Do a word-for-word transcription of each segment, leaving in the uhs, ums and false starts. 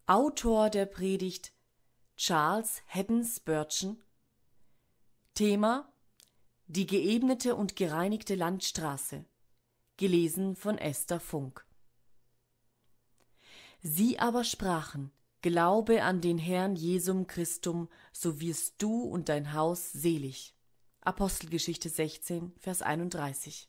Autor der Predigt Charles Haddon Spurgeon. Thema: Die geebnete und gereinigte Landstraße. Gelesen von Esther Funk. Sie aber sprachen: Glaube an den Herrn Jesum Christum, so wirst du und dein Haus selig. Apostelgeschichte sechzehn, Vers einunddreißig.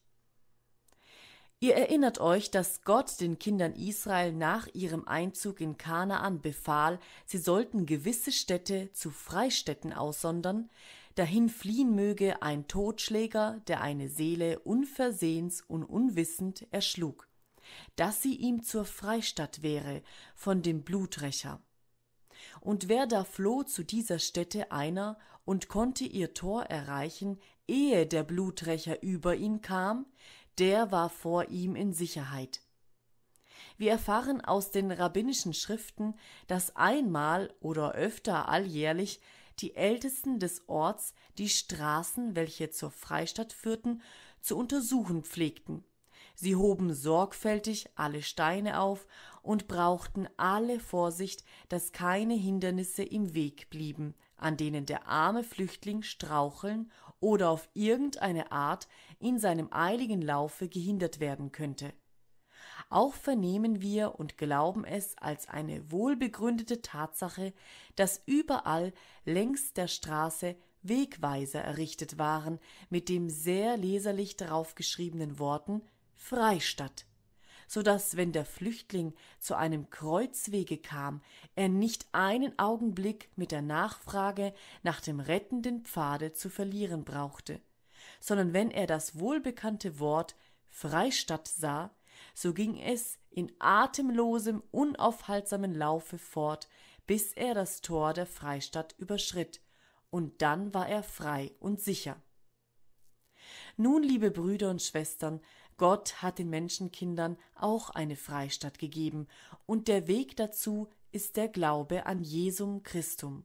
Ihr erinnert euch, dass Gott den Kindern Israel nach ihrem Einzug in Kanaan befahl, sie sollten gewisse Städte zu Freistädten aussondern, dahin fliehen möge ein Totschläger, der eine Seele unversehens und unwissend erschlug, dass sie ihm zur Freistatt wäre von dem Bluträcher. Und wer da floh zu dieser Stätte einer und konnte ihr Tor erreichen, ehe der Bluträcher über ihn kam, der war vor ihm in Sicherheit. Wir erfahren aus den rabbinischen Schriften, dass einmal oder öfter alljährlich die Ältesten des Orts die Straßen, welche zur Freistatt führten, zu untersuchen pflegten. Sie hoben sorgfältig alle Steine auf und brauchten alle Vorsicht, dass keine Hindernisse im Weg blieben, an denen der arme Flüchtling straucheln oder auf irgendeine Art in seinem eiligen Laufe gehindert werden könnte. Auch vernehmen wir und glauben es als eine wohlbegründete Tatsache, dass überall längs der Straße Wegweiser errichtet waren mit dem sehr leserlich darauf geschriebenen Worten Freistatt, so dass, wenn der Flüchtling zu einem Kreuzwege kam, er nicht einen Augenblick mit der Nachfrage nach dem rettenden Pfade zu verlieren brauchte, sondern wenn er das wohlbekannte Wort Freistatt sah, so ging es in atemlosem, unaufhaltsamen Laufe fort, bis er das Tor der Freistatt überschritt, und dann war er frei und sicher. Nun, liebe Brüder und Schwestern, Gott hat den Menschenkindern auch eine Freistatt gegeben, und der Weg dazu ist der Glaube an Jesum Christum.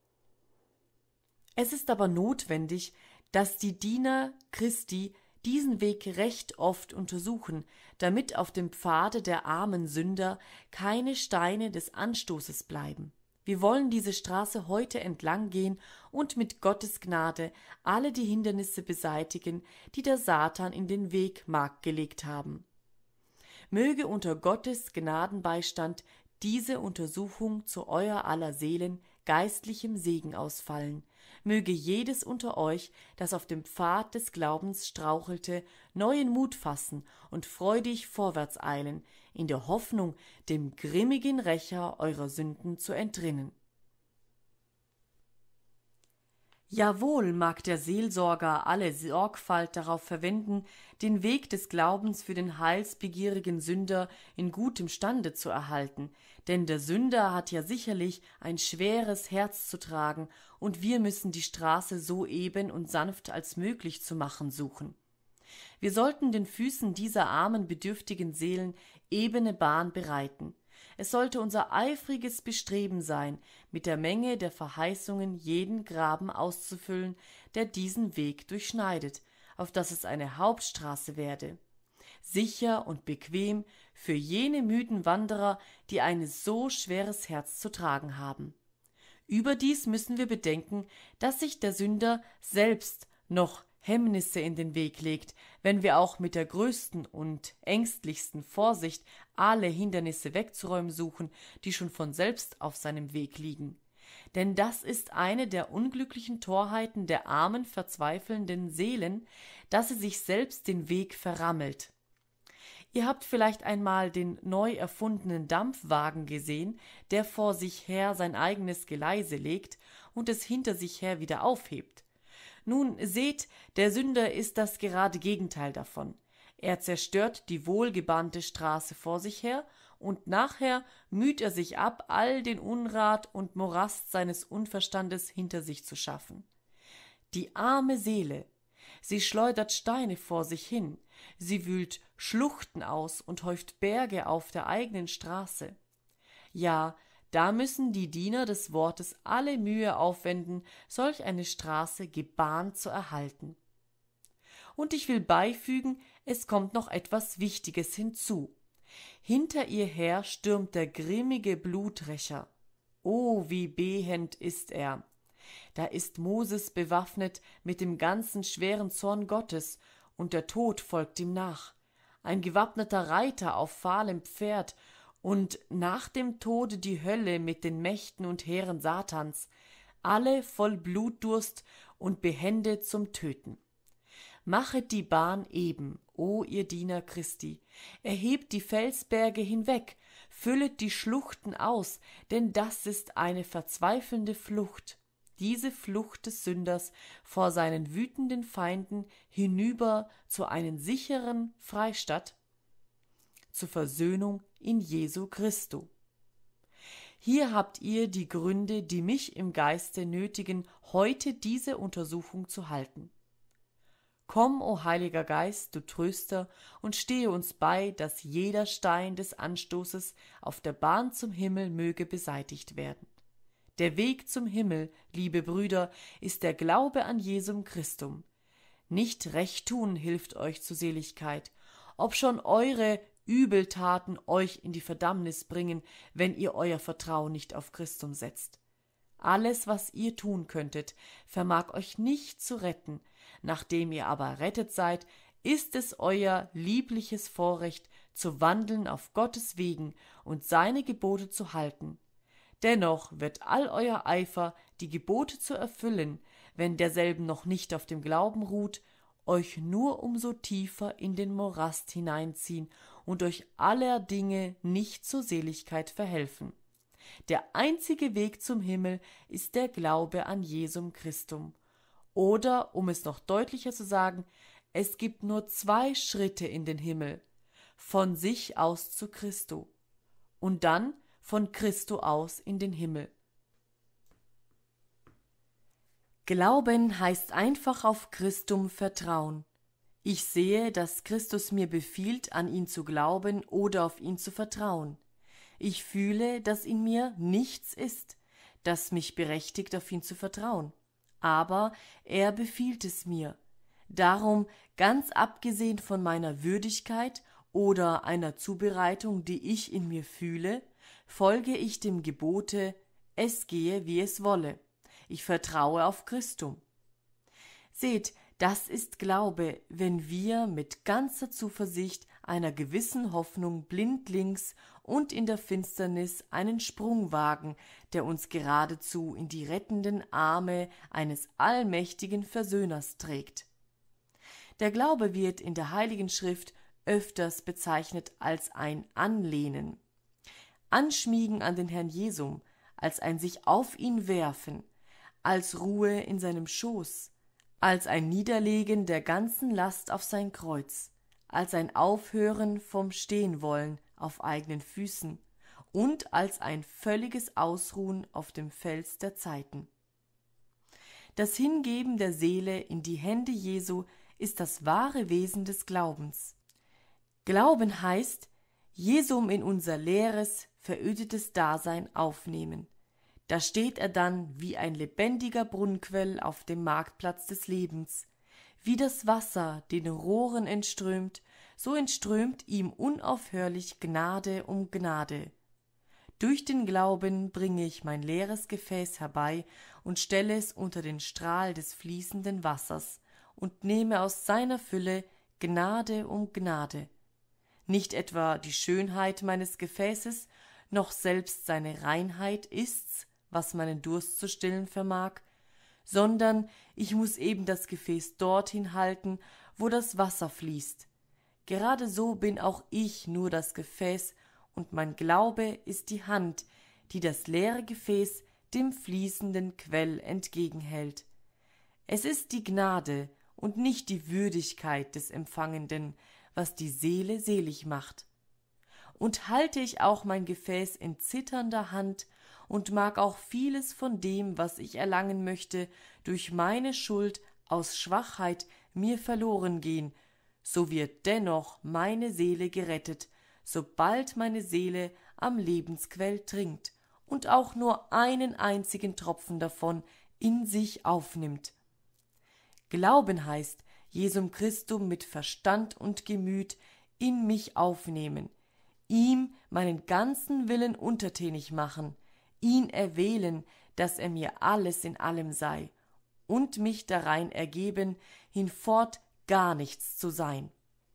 Es ist aber notwendig, dass die Diener Christi diesen Weg recht oft untersuchen, damit auf dem Pfade der armen Sünder keine Steine des Anstoßes bleiben. Wir wollen diese Straße heute entlang gehen und mit Gottes Gnade alle die Hindernisse beseitigen, die der Satan in den Weg mag gelegt haben. Möge unter Gottes Gnadenbeistand diese Untersuchung zu euer aller Seelen geistlichem Segen ausfallen. Möge jedes unter euch, das auf dem Pfad des Glaubens strauchelte, neuen Mut fassen und freudig vorwärts eilen, in der Hoffnung, dem grimmigen Rächer eurer Sünden zu entrinnen. Jawohl mag der Seelsorger alle Sorgfalt darauf verwenden, den Weg des Glaubens für den heilsbegierigen Sünder in gutem Stande zu erhalten, denn der Sünder hat ja sicherlich ein schweres Herz zu tragen, und wir müssen die Straße so eben und sanft als möglich zu machen suchen. Wir sollten den Füßen dieser armen, bedürftigen Seelen ebene Bahn bereiten. Es sollte unser eifriges Bestreben sein, mit der Menge der Verheißungen jeden Graben auszufüllen, der diesen Weg durchschneidet, auf dass es eine Hauptstraße werde, sicher und bequem für jene müden Wanderer, die ein so schweres Herz zu tragen haben. Überdies müssen wir bedenken, dass sich der Sünder selbst noch Hemmnisse in den Weg legt, wenn wir auch mit der größten und ängstlichsten Vorsicht alle Hindernisse wegzuräumen suchen, die schon von selbst auf seinem Weg liegen. Denn das ist eine der unglücklichen Torheiten der armen, verzweifelnden Seelen, dass sie sich selbst den Weg verrammelt. Ihr habt vielleicht einmal den neu erfundenen Dampfwagen gesehen, der vor sich her sein eigenes Geleise legt und es hinter sich her wieder aufhebt. Nun seht, der Sünder ist das gerade Gegenteil davon. Er zerstört die wohlgebahnte Straße vor sich her, und nachher müht er sich ab, all den Unrat und Morast seines Unverstandes hinter sich zu schaffen. Die arme Seele, sie schleudert Steine vor sich hin, sie wühlt Schluchten aus und häuft Berge auf der eigenen Straße. Ja, da müssen die Diener des Wortes alle Mühe aufwenden, solch eine Straße gebahnt zu erhalten. Und ich will beifügen, es kommt noch etwas Wichtiges hinzu. Hinter ihr her stürmt der grimmige Bluträcher. Oh, wie behend ist er! Da ist Moses bewaffnet mit dem ganzen schweren Zorn Gottes, und der Tod folgt ihm nach. Ein gewappneter Reiter auf fahlem Pferd, und nach dem Tode die Hölle mit den Mächten und Heeren Satans, alle voll Blutdurst und behende zum Töten. Machet die Bahn eben, o ihr Diener Christi, erhebt die Felsberge hinweg, füllet die Schluchten aus, denn das ist eine verzweifelnde Flucht, diese Flucht des Sünders vor seinen wütenden Feinden hinüber zu einem sicheren Freistatt, zur Versöhnung in Jesu Christo. Hier habt ihr die Gründe, die mich im Geiste nötigen, heute diese Untersuchung zu halten. Komm, o Heiliger Geist, du Tröster, und stehe uns bei, dass jeder Stein des Anstoßes auf der Bahn zum Himmel möge beseitigt werden. Der Weg zum Himmel, liebe Brüder, ist der Glaube an Jesum Christum. Nicht Recht tun hilft euch zur Seligkeit, obschon eure Übeltaten euch in die Verdammnis bringen, wenn ihr euer Vertrauen nicht auf Christum setzt. Alles, was ihr tun könntet, vermag euch nicht zu retten. Nachdem ihr aber rettet seid, ist es euer liebliches Vorrecht, zu wandeln auf Gottes Wegen und seine Gebote zu halten. Dennoch wird all euer Eifer, die Gebote zu erfüllen, wenn derselben noch nicht auf dem Glauben ruht, euch nur umso tiefer in den Morast hineinziehen und euch aller Dinge nicht zur Seligkeit verhelfen. Der einzige Weg zum Himmel ist der Glaube an Jesum Christum. Oder, um es noch deutlicher zu sagen, es gibt nur zwei Schritte in den Himmel, von sich aus zu Christo und dann von Christo aus in den Himmel. Glauben heißt einfach auf Christum vertrauen. Ich sehe, dass Christus mir befiehlt, an ihn zu glauben oder auf ihn zu vertrauen. Ich fühle, dass in mir nichts ist, das mich berechtigt, auf ihn zu vertrauen. Aber er befiehlt es mir. Darum, ganz abgesehen von meiner Würdigkeit oder einer Zubereitung, die ich in mir fühle, folge ich dem Gebote, es gehe, wie es wolle. Ich vertraue auf Christum. Seht, das ist Glaube, wenn wir mit ganzer Zuversicht einer gewissen Hoffnung blindlings und in der Finsternis einen Sprung wagen, der uns geradezu in die rettenden Arme eines allmächtigen Versöhners trägt. Der Glaube wird in der Heiligen Schrift öfters bezeichnet als ein Anlehnen, Anschmiegen an den Herrn Jesum, als ein sich auf ihn werfen, als Ruhe in seinem Schoß, als ein Niederlegen der ganzen Last auf sein Kreuz, als ein Aufhören vom Stehenwollen auf eigenen Füßen und als ein völliges Ausruhen auf dem Fels der Zeiten. Das Hingeben der Seele in die Hände Jesu ist das wahre Wesen des Glaubens. Glauben heißt, Jesum in unser leeres, verödetes Dasein aufnehmen. Da steht er dann wie ein lebendiger Brunnenquell auf dem Marktplatz des Lebens. Wie das Wasser den Rohren entströmt, so entströmt ihm unaufhörlich Gnade um Gnade. Durch den Glauben bringe ich mein leeres Gefäß herbei und stelle es unter den Strahl des fließenden Wassers und nehme aus seiner Fülle Gnade um Gnade. Nicht etwa die Schönheit meines Gefäßes, noch selbst seine Reinheit ist's, was meinen Durst zu stillen vermag, sondern ich muß eben das Gefäß dorthin halten, wo das Wasser fließt. Gerade so bin auch ich nur das Gefäß, und mein Glaube ist die Hand, die das leere Gefäß dem fließenden Quell entgegenhält. Es ist die Gnade und nicht die Würdigkeit des Empfangenden, was die Seele selig macht. Und halte ich auch mein Gefäß in zitternder Hand und mag auch vieles von dem, was ich erlangen möchte, durch meine Schuld aus Schwachheit mir verloren gehen, so wird dennoch meine Seele gerettet, sobald meine Seele am Lebensquell trinkt und auch nur einen einzigen Tropfen davon in sich aufnimmt. Glauben heißt, Jesum Christum mit Verstand und Gemüt in mich aufnehmen, ihm meinen ganzen Willen untertänig machen, ihn erwählen, dass er mir alles in allem sei, und mich darein ergeben, hinfort gar nichts zu sein.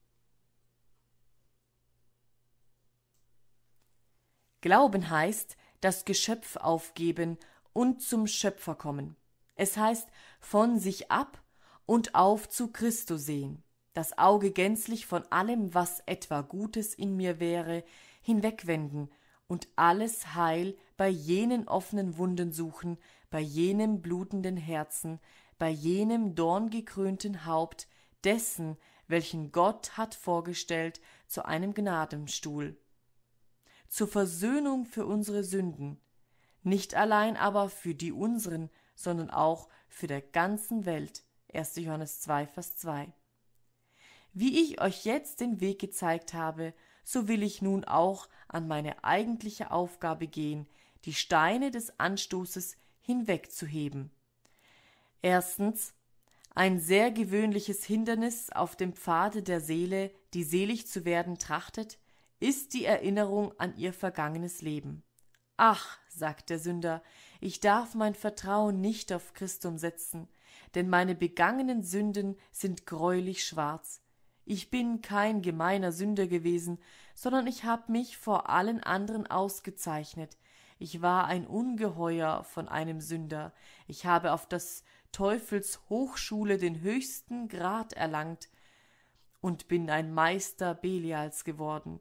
Glauben heißt, das Geschöpf aufgeben und zum Schöpfer kommen. Es heißt, von sich ab und auf zu Christo sehen, das Auge gänzlich von allem, was etwa Gutes in mir wäre, hinwegwenden und alles Heil bei jenen offenen Wunden suchen, bei jenem blutenden Herzen, bei jenem dorngekrönten Haupt dessen, welchen Gott hat vorgestellt zu einem Gnadenstuhl, zur Versöhnung für unsere Sünden, nicht allein aber für die unseren, sondern auch für der ganzen Welt. erster Johannes zwei, Vers zwei. Wie ich euch jetzt den Weg gezeigt habe, so will ich nun auch an meine eigentliche Aufgabe gehen, die Steine des Anstoßes hinwegzuheben. Erstens, ein sehr gewöhnliches Hindernis auf dem Pfade der Seele, die selig zu werden trachtet, ist die Erinnerung an ihr vergangenes Leben. Ach, sagt der Sünder, ich darf mein Vertrauen nicht auf Christum setzen, denn meine begangenen Sünden sind greulich schwarz. Ich bin kein gemeiner Sünder gewesen, sondern ich habe mich vor allen anderen ausgezeichnet. Ich war ein Ungeheuer von einem Sünder. Ich habe auf des Teufels Hochschule den höchsten Grad erlangt und bin ein Meister Belials geworden.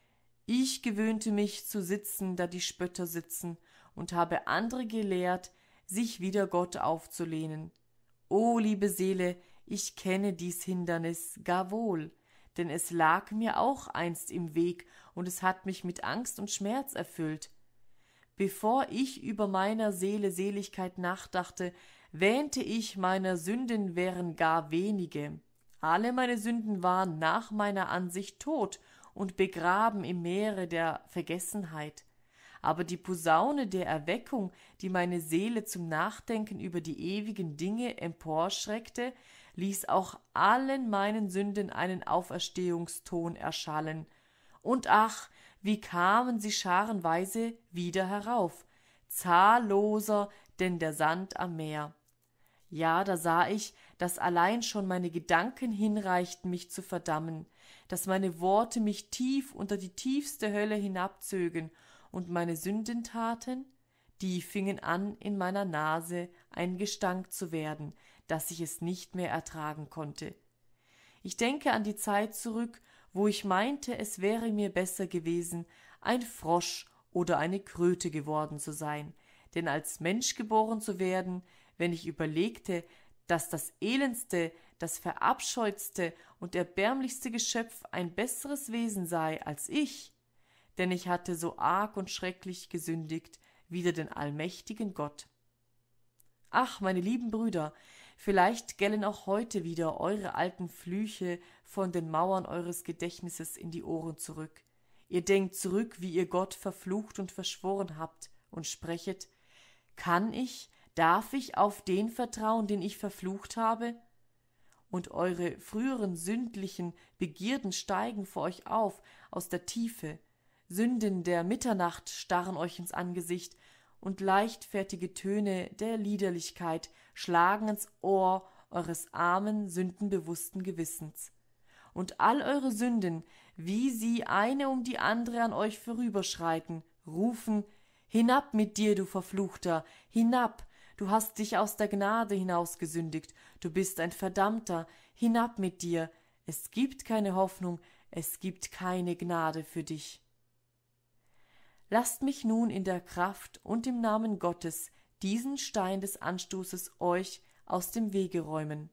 Ich gewöhnte mich zu sitzen, da die Spötter sitzen, und habe andere gelehrt, sich wider Gott aufzulehnen. O liebe Seele, ich kenne dies Hindernis gar wohl, denn es lag mir auch einst im Weg, und es hat mich mit Angst und Schmerz erfüllt. Bevor ich über meiner Seele Seligkeit nachdachte, wähnte ich, meiner Sünden wären gar wenige. Alle meine Sünden waren nach meiner Ansicht tot und begraben im Meere der Vergessenheit. Aber die Posaune der Erweckung, die meine Seele zum Nachdenken über die ewigen Dinge emporschreckte, ließ auch allen meinen Sünden einen Auferstehungston erschallen. Und ach, wie kamen sie scharenweise wieder herauf, zahlloser denn der Sand am Meer. Ja, da sah ich, dass allein schon meine Gedanken hinreichten, mich zu verdammen, dass meine Worte mich tief unter die tiefste Hölle hinabzögen, und meine Sündentaten, die fingen an, in meiner Nase ein Gestank zu werden, dass ich es nicht mehr ertragen konnte. Ich denke an die Zeit zurück, wo ich meinte, es wäre mir besser gewesen, ein Frosch oder eine Kröte geworden zu sein, denn als Mensch geboren zu werden, wenn ich überlegte, dass das elendste, das verabscheutste und erbärmlichste Geschöpf ein besseres Wesen sei als ich, denn ich hatte so arg und schrecklich gesündigt wider den allmächtigen Gott. Ach, meine lieben Brüder, vielleicht gellen auch heute wieder eure alten Flüche von den Mauern eures Gedächtnisses in die Ohren zurück. Ihr denkt zurück, wie ihr Gott verflucht und verschworen habt, und sprechet: Kann ich, darf ich auf den vertrauen, den ich verflucht habe? Und eure früheren sündlichen Begierden steigen vor euch auf aus der Tiefe. Sünden der Mitternacht starren euch ins Angesicht, und leichtfertige Töne der Liederlichkeit schlagen ins Ohr eures armen, sündenbewussten Gewissens. Und all eure Sünden, wie sie eine um die andere an euch vorüberschreiten, rufen: Hinab mit dir, du Verfluchter, hinab! Du hast dich aus der Gnade hinausgesündigt, du bist ein Verdammter, hinab mit dir! Es gibt keine Hoffnung, es gibt keine Gnade für dich. Lasst mich nun in der Kraft und im Namen Gottes diesen Stein des Anstoßes euch aus dem Wege räumen.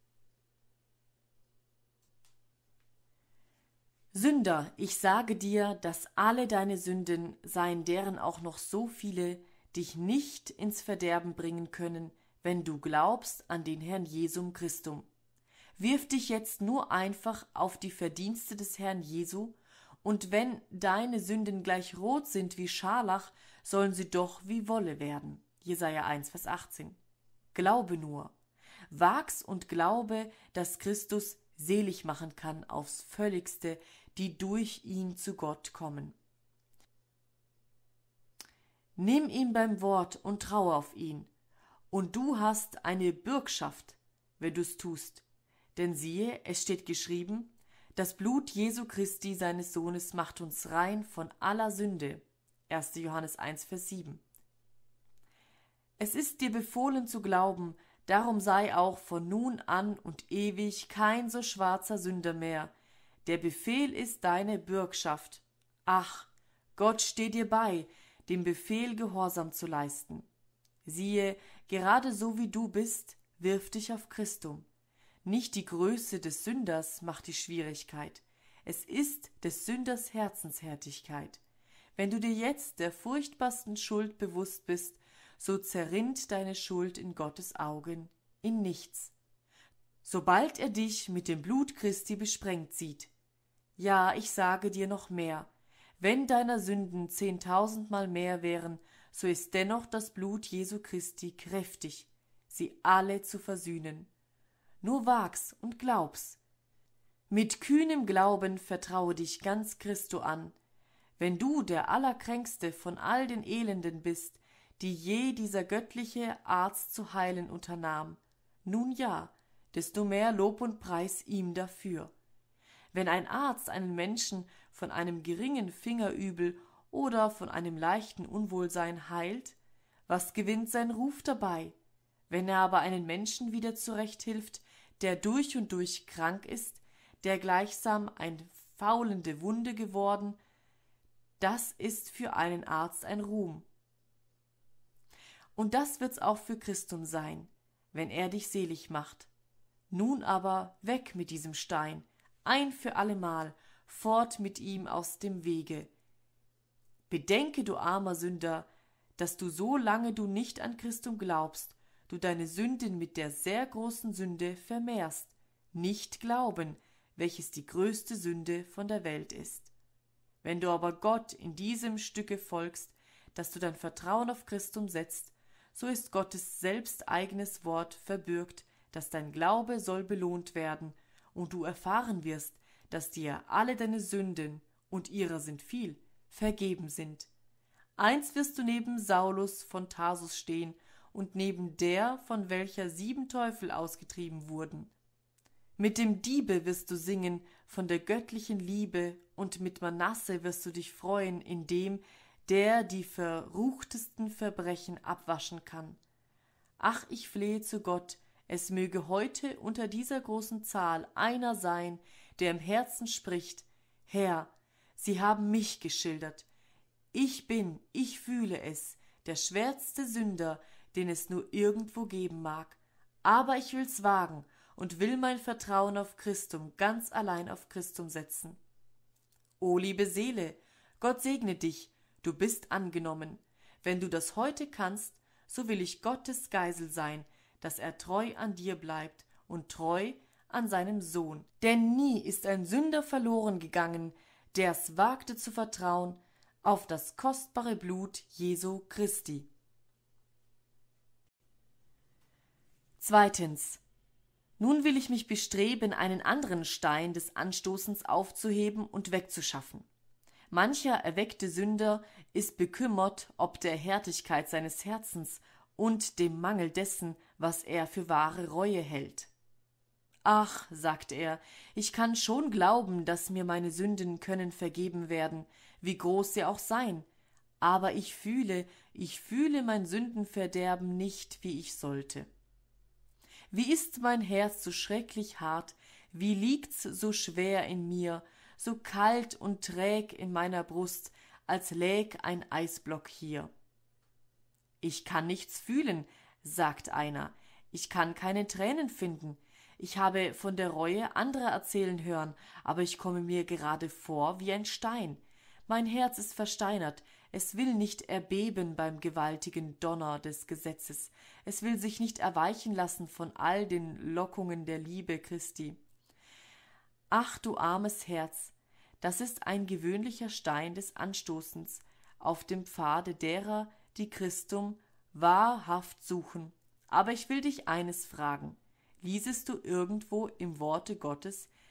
Sünder, ich sage dir, dass alle deine Sünden, seien deren auch noch so viele, dich nicht ins Verderben bringen können, wenn du glaubst an den Herrn Jesum Christum. Wirf dich jetzt nur einfach auf die Verdienste des Herrn Jesu, und wenn deine Sünden gleich rot sind wie Scharlach, sollen sie doch wie Wolle werden. Jesaja eins, Vers achtzehn. Glaube nur. Wag's und glaube, dass Christus selig machen kann aufs Völligste, die durch ihn zu Gott kommen. Nimm ihn beim Wort und traue auf ihn, und du hast eine Bürgschaft, wenn du's tust. Denn siehe, es steht geschrieben, das Blut Jesu Christi, seines Sohnes, macht uns rein von aller Sünde. erster Johannes eins, Vers sieben. Es ist dir befohlen zu glauben, darum sei auch von nun an und ewig kein so schwarzer Sünder mehr. Der Befehl ist deine Bürgschaft. Ach, Gott steht dir bei, dem Befehl Gehorsam zu leisten. Siehe, gerade so wie du bist, wirf dich auf Christum. Nicht die Größe des Sünders macht die Schwierigkeit. Es ist des Sünders Herzenshärtigkeit. Wenn du dir jetzt der furchtbarsten Schuld bewusst bist, so zerrinnt deine Schuld in Gottes Augen in nichts. Sobald er dich mit dem Blut Christi besprengt sieht. Ja, ich sage dir noch mehr. Wenn deiner Sünden zehntausendmal mehr wären, so ist dennoch das Blut Jesu Christi kräftig, sie alle zu versöhnen. Nur wag's und glaub's. Mit kühnem Glauben vertraue dich ganz Christo an. Wenn du der Allerkränkste von all den Elenden bist, die je dieser göttliche Arzt zu heilen unternahm, nun ja, desto mehr Lob und Preis ihm dafür. Wenn ein Arzt einen Menschen von einem geringen Fingerübel oder von einem leichten Unwohlsein heilt, was gewinnt sein Ruf dabei? Wenn er aber einen Menschen wieder zurechthilft, der durch und durch krank ist, der gleichsam eine faulende Wunde geworden, das ist für einen Arzt ein Ruhm. Und das wird's auch für Christum sein, wenn er dich selig macht. Nun aber weg mit diesem Stein, ein für allemal, fort mit ihm aus dem Wege. Bedenke, du armer Sünder, dass du, so lange du nicht an Christum glaubst, du deine Sünden mit der sehr großen Sünde vermehrst, nicht glauben, welches die größte Sünde von der Welt ist. Wenn du aber Gott in diesem Stücke folgst, dass du dein Vertrauen auf Christum setzt, so ist Gottes selbsteigenes Wort verbürgt, dass dein Glaube soll belohnt werden, und du erfahren wirst, dass dir alle deine Sünden, und ihrer sind viel, vergeben sind. Einst wirst du neben Saulus von Tarsus stehen und neben der, von welcher sieben Teufel ausgetrieben wurden. Mit dem Diebe wirst du singen von der göttlichen Liebe, und mit Manasse wirst du dich freuen in dem, der die verruchtesten Verbrechen abwaschen kann. Ach, ich flehe zu Gott, es möge heute unter dieser großen Zahl einer sein, der im Herzen spricht: Herr, sie haben mich geschildert. Ich bin, ich fühle es, der schwärzeste Sünder, den es nur irgendwo geben mag. Aber ich will's wagen und will mein Vertrauen auf Christum, ganz allein auf Christum setzen. O liebe Seele, Gott segne dich, du bist angenommen. Wenn du das heute kannst, so will ich Gottes Geisel sein, dass er treu an dir bleibt und treu an seinem Sohn. Denn nie ist ein Sünder verloren gegangen, der's wagte zu vertrauen auf das kostbare Blut Jesu Christi. Zweitens. Nun will ich mich bestreben, einen anderen Stein des Anstoßens aufzuheben und wegzuschaffen. Mancher erweckte Sünder ist bekümmert ob der Härtigkeit seines Herzens und dem Mangel dessen, was er für wahre Reue hält. Ach, sagt er, ich kann schon glauben, dass mir meine Sünden können vergeben werden, wie groß sie auch seien, aber ich fühle, ich fühle mein Sündenverderben nicht, wie ich sollte. Wie ist mein Herz so schrecklich hart, wie liegt's so schwer in mir, so kalt und träg in meiner Brust, als läg ein Eisblock hier. Ich kann nichts fühlen, sagt einer, ich kann keine Tränen finden, ich habe von der Reue anderer erzählen hören, aber ich komme mir gerade vor wie ein Stein. Mein Herz ist versteinert, es will nicht erbeben beim gewaltigen Donner des Gesetzes, es will sich nicht erweichen lassen von all den Lockungen der Liebe Christi. Ach, du armes Herz, das ist ein gewöhnlicher Stein des Anstoßens auf dem Pfade derer, die Christum wahrhaft suchen. Aber ich will dich eines fragen: Liesest du irgendwo im Worte Gottes,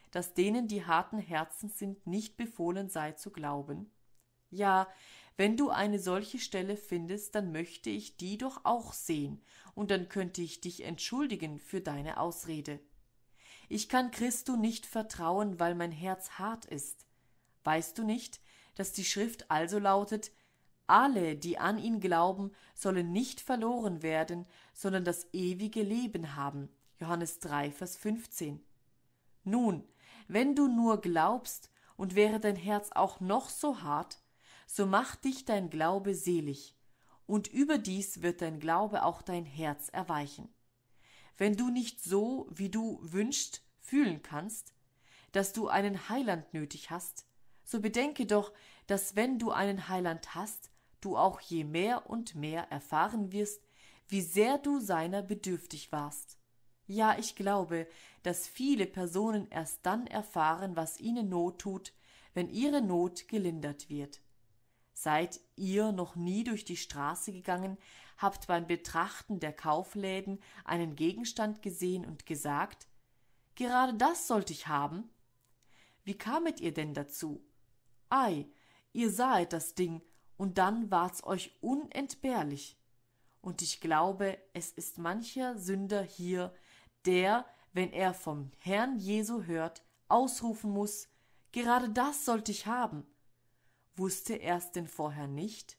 dass denen, die harten Herzen sind, nicht befohlen sei zu glauben? Ja, wenn du eine solche Stelle findest, dann möchte ich die doch auch sehen, und dann könnte ich dich entschuldigen für deine Ausrede. Ich kann Christo nicht vertrauen, weil mein Herz hart ist. Weißt du nicht, dass die Schrift also lautet, alle, die an ihn glauben, sollen nicht verloren werden, sondern das ewige Leben haben. Johannes drei, Vers fünfzehn. Nun, wenn du nur glaubst, und wäre dein Herz auch noch so hart, so macht dich dein Glaube selig, und überdies wird dein Glaube auch dein Herz erweichen. Wenn du nicht so, wie du wünschst, fühlen kannst, dass du einen Heiland nötig hast, so bedenke doch, dass wenn du einen Heiland hast, du auch je mehr und mehr erfahren wirst, wie sehr du seiner bedürftig warst. Ja, ich glaube, dass viele Personen erst dann erfahren, was ihnen Not tut, wenn ihre Not gelindert wird. Seid ihr noch nie durch die Straße gegangen, habt beim Betrachten der Kaufläden einen Gegenstand gesehen und gesagt, gerade das sollte ich haben? Wie kamet ihr denn dazu? Ei, ihr sahet das Ding, und dann war's euch unentbehrlich. Und ich glaube, es ist mancher Sünder hier, der, wenn er vom Herrn Jesu hört, ausrufen muß, gerade das sollte ich haben. Wusste er's denn vorher nicht?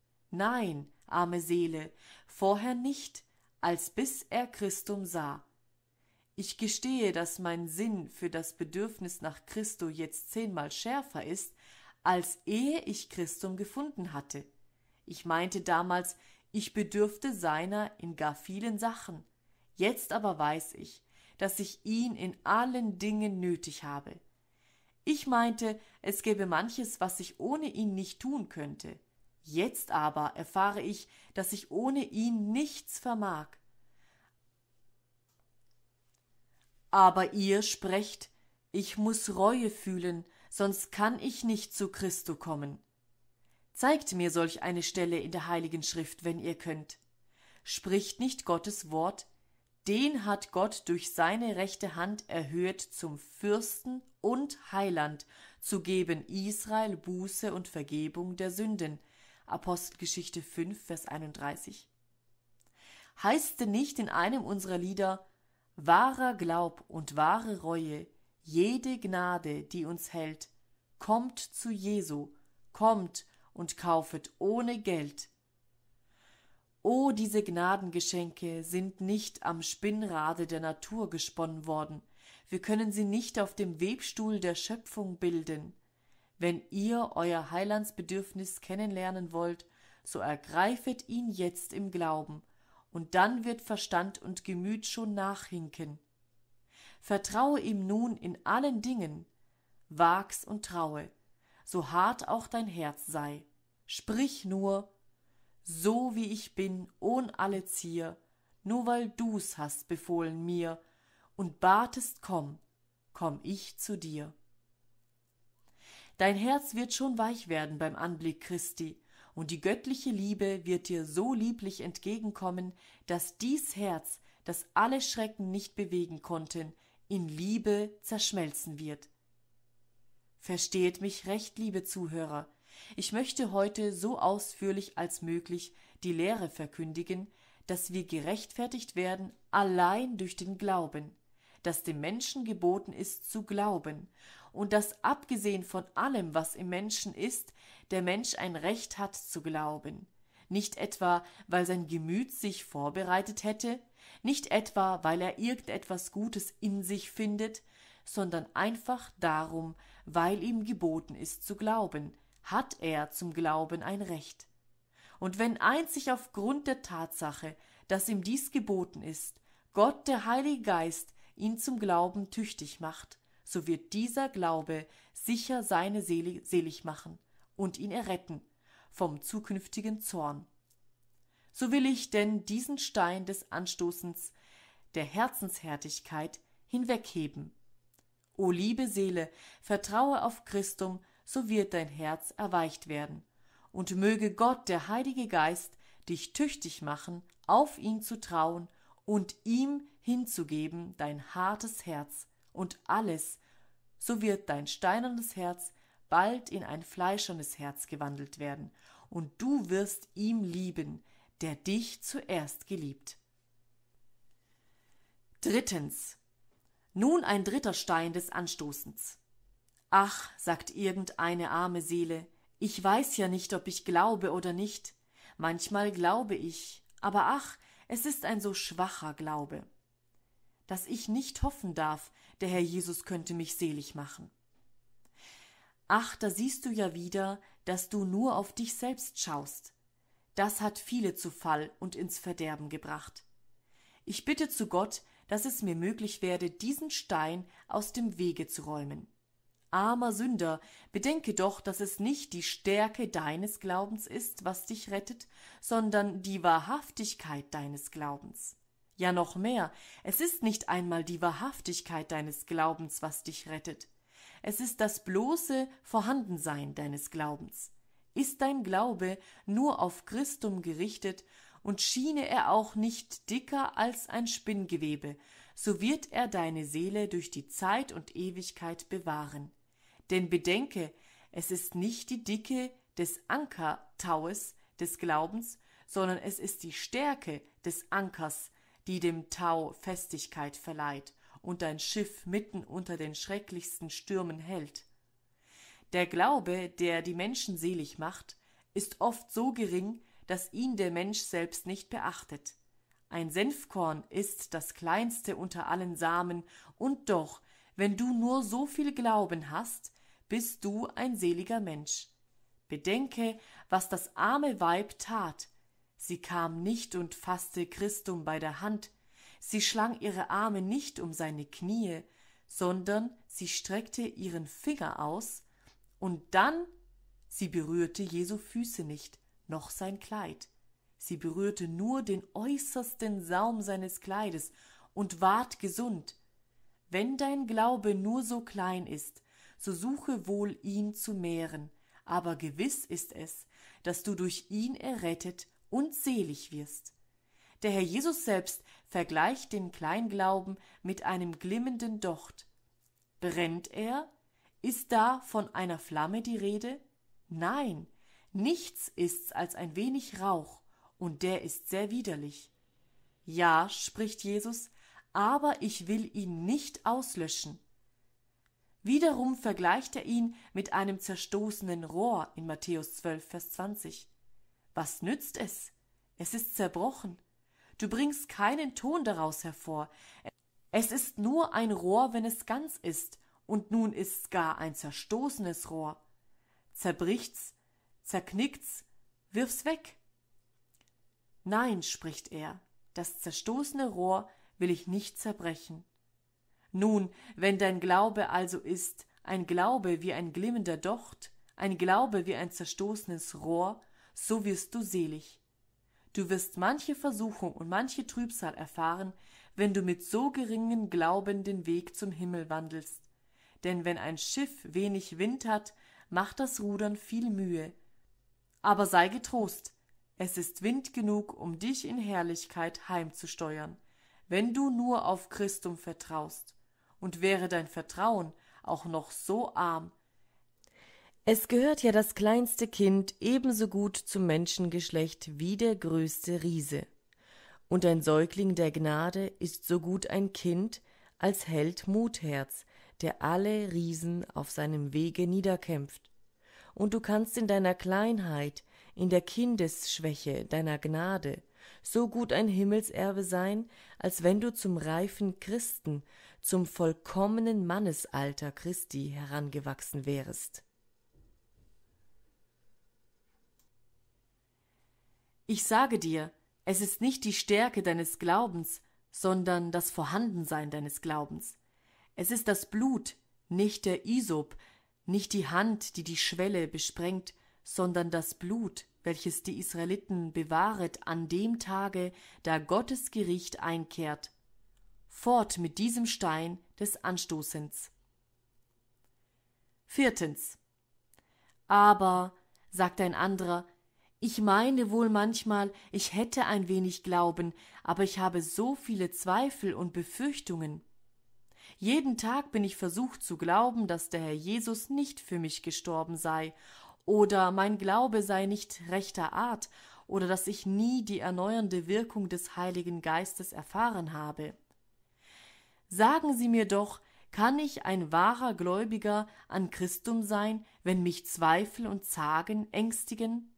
Nein, arme Seele, vorher nicht, als bis er Christum sah. Ich gestehe, dass mein Sinn für das Bedürfnis nach Christo jetzt zehnmal schärfer ist, als ehe ich Christum gefunden hatte. Ich meinte damals, ich bedürfte seiner in gar vielen Sachen. Jetzt aber weiß ich, dass ich ihn in allen Dingen nötig habe. Ich meinte, es gäbe manches, was ich ohne ihn nicht tun könnte. Jetzt aber erfahre ich, dass ich ohne ihn nichts vermag. Aber ihr sprecht, ich muß Reue fühlen, sonst kann ich nicht zu Christo kommen. Zeigt mir solch eine Stelle in der Heiligen Schrift, wenn ihr könnt. Spricht nicht Gottes Wort, den hat Gott durch seine rechte Hand erhöht zum Fürsten und Heiland, zu geben Israel Buße und Vergebung der Sünden. Apostelgeschichte fünf, Vers einunddreißig. Heißt denn nicht in einem unserer Lieder, wahrer Glaub und wahre Reue, jede Gnade, die uns hält, kommt zu Jesu, kommt und kaufet ohne Geld. O, diese Gnadengeschenke sind nicht am Spinnrade der Natur gesponnen worden, wir können sie nicht auf dem Webstuhl der Schöpfung bilden. Wenn ihr euer Heilandsbedürfnis kennenlernen wollt, so ergreifet ihn jetzt im Glauben, und dann wird Verstand und Gemüt schon nachhinken. Vertraue ihm nun in allen Dingen, wag's und traue, so hart auch dein Herz sei. Sprich nur, so wie ich bin, ohn alle Zier, nur weil du's hast befohlen mir, und batest, komm, komm ich zu dir. Dein Herz wird schon weich werden beim Anblick Christi, und die göttliche Liebe wird dir so lieblich entgegenkommen, dass dies Herz, das alle Schrecken nicht bewegen konnten, in Liebe zerschmelzen wird. Versteht mich recht, liebe Zuhörer, ich möchte heute so ausführlich als möglich die Lehre verkündigen, dass wir gerechtfertigt werden allein durch den Glauben, dass dem Menschen geboten ist zu glauben, und dass abgesehen von allem, was im Menschen ist, der Mensch ein Recht hat zu glauben. Nicht etwa, weil sein Gemüt sich vorbereitet hätte, nicht etwa, weil er irgendetwas Gutes in sich findet, sondern einfach darum, weil ihm geboten ist zu glauben, hat er zum Glauben ein Recht. Und wenn einzig aufgrund der Tatsache, dass ihm dies geboten ist, Gott, der Heilige Geist, ihn zum Glauben tüchtig macht, so wird dieser Glaube sicher seine Seele selig machen und ihn erretten vom zukünftigen Zorn. So will ich denn diesen Stein des Anstoßens, der Herzenshärtigkeit, hinwegheben. O liebe Seele, vertraue auf Christum, so wird dein Herz erweicht werden. Und möge Gott, der Heilige Geist, dich tüchtig machen, auf ihn zu trauen und ihm hinzugeben dein hartes Herz und alles, so wird dein steinernes Herz bald in ein fleischernes Herz gewandelt werden, und du wirst ihm lieben, der dich zuerst geliebt. Drittens. Nun ein dritter Stein des Anstoßens. Ach, sagt irgendeine arme Seele, ich weiß ja nicht, ob ich glaube oder nicht. Manchmal glaube ich, aber ach, es ist ein so schwacher Glaube, dass ich nicht hoffen darf, der Herr Jesus könnte mich selig machen. Ach, da siehst du ja wieder, dass du nur auf dich selbst schaust. Das hat viele zu Fall und ins Verderben gebracht. Ich bitte zu Gott, dass es mir möglich werde, diesen Stein aus dem Wege zu räumen. Armer Sünder, bedenke doch, dass es nicht die Stärke deines Glaubens ist, was dich rettet, sondern die Wahrhaftigkeit deines Glaubens. Ja, noch mehr, es ist nicht einmal die Wahrhaftigkeit deines Glaubens, was dich rettet. Es ist das bloße Vorhandensein deines Glaubens. Ist dein Glaube nur auf Christum gerichtet und schiene er auch nicht dicker als ein Spinngewebe, so wird er deine Seele durch die Zeit und Ewigkeit bewahren. Denn bedenke, es ist nicht die Dicke des Ankertaues des Glaubens, sondern es ist die Stärke des Ankers, die dem Tau Festigkeit verleiht und dein Schiff mitten unter den schrecklichsten Stürmen hält. Der Glaube, der die Menschen selig macht, ist oft so gering, dass ihn der Mensch selbst nicht beachtet. Ein Senfkorn ist das kleinste unter allen Samen, und doch, wenn du nur so viel Glauben hast, bist du ein seliger Mensch. Bedenke, was das arme Weib tat. Sie kam nicht und fasste Christum bei der Hand, sie schlang ihre Arme nicht um seine Knie, sondern sie streckte ihren Finger aus, und dann, sie berührte Jesu Füße nicht, noch sein Kleid. Sie berührte nur den äußersten Saum seines Kleides und ward gesund. Wenn dein Glaube nur so klein ist, so suche wohl, ihn zu mehren, aber gewiss ist es, dass du durch ihn errettet und selig wirst. Der Herr Jesus selbst vergleicht den Kleinglauben mit einem glimmenden Docht. Brennt er? Ist da von einer Flamme die Rede? Nein, nichts ist's als ein wenig Rauch, und der ist sehr widerlich. Ja, spricht Jesus, aber ich will ihn nicht auslöschen. Wiederum vergleicht er ihn mit einem zerstoßenen Rohr in Matthäus zwölf, Vers zwanzig. Was nützt es? Es ist zerbrochen. Du bringst keinen Ton daraus hervor. Es ist nur ein Rohr, wenn es ganz ist, und nun ist's gar ein zerstoßenes Rohr. Zerbricht's, zerknickt's, wirf's weg. Nein, spricht er, das zerstoßene Rohr will ich nicht zerbrechen. Nun, wenn dein Glaube also ist, ein Glaube wie ein glimmender Docht, ein Glaube wie ein zerstoßenes Rohr, so wirst du selig. Du wirst manche Versuchung und manche Trübsal erfahren, wenn du mit so geringem Glauben den Weg zum Himmel wandelst. Denn wenn ein Schiff wenig Wind hat, macht das Rudern viel Mühe. Aber sei getrost, es ist Wind genug, um dich in Herrlichkeit heimzusteuern, wenn du nur auf Christum vertraust. Und wäre dein Vertrauen auch noch so arm. Es gehört ja das kleinste Kind ebenso gut zum Menschengeschlecht wie der größte Riese. Und ein Säugling der Gnade ist so gut ein Kind als Held Mutherz, der alle Riesen auf seinem Wege niederkämpft. Und du kannst in deiner Kleinheit, in der Kindesschwäche deiner Gnade, so gut ein Himmelserbe sein, als wenn du zum reifen Christen, zum vollkommenen Mannesalter Christi herangewachsen wärest. Ich sage dir, es ist nicht die Stärke deines Glaubens, sondern das Vorhandensein deines Glaubens. Es ist das Blut, nicht der Isop, nicht die Hand, die die Schwelle besprengt, sondern das Blut, welches die Israeliten bewahret an dem Tage, da Gottes Gericht einkehrt. Fort mit diesem Stein des Anstoßens. Viertens. Aber, sagt ein anderer, ich meine wohl manchmal, ich hätte ein wenig Glauben, aber ich habe so viele Zweifel und Befürchtungen. Jeden Tag bin ich versucht zu glauben, dass der Herr Jesus nicht für mich gestorben sei, oder mein Glaube sei nicht rechter Art, oder dass ich nie die erneuernde Wirkung des Heiligen Geistes erfahren habe. Sagen Sie mir doch, kann ich ein wahrer Gläubiger an Christum sein, wenn mich Zweifel und Zagen ängstigen?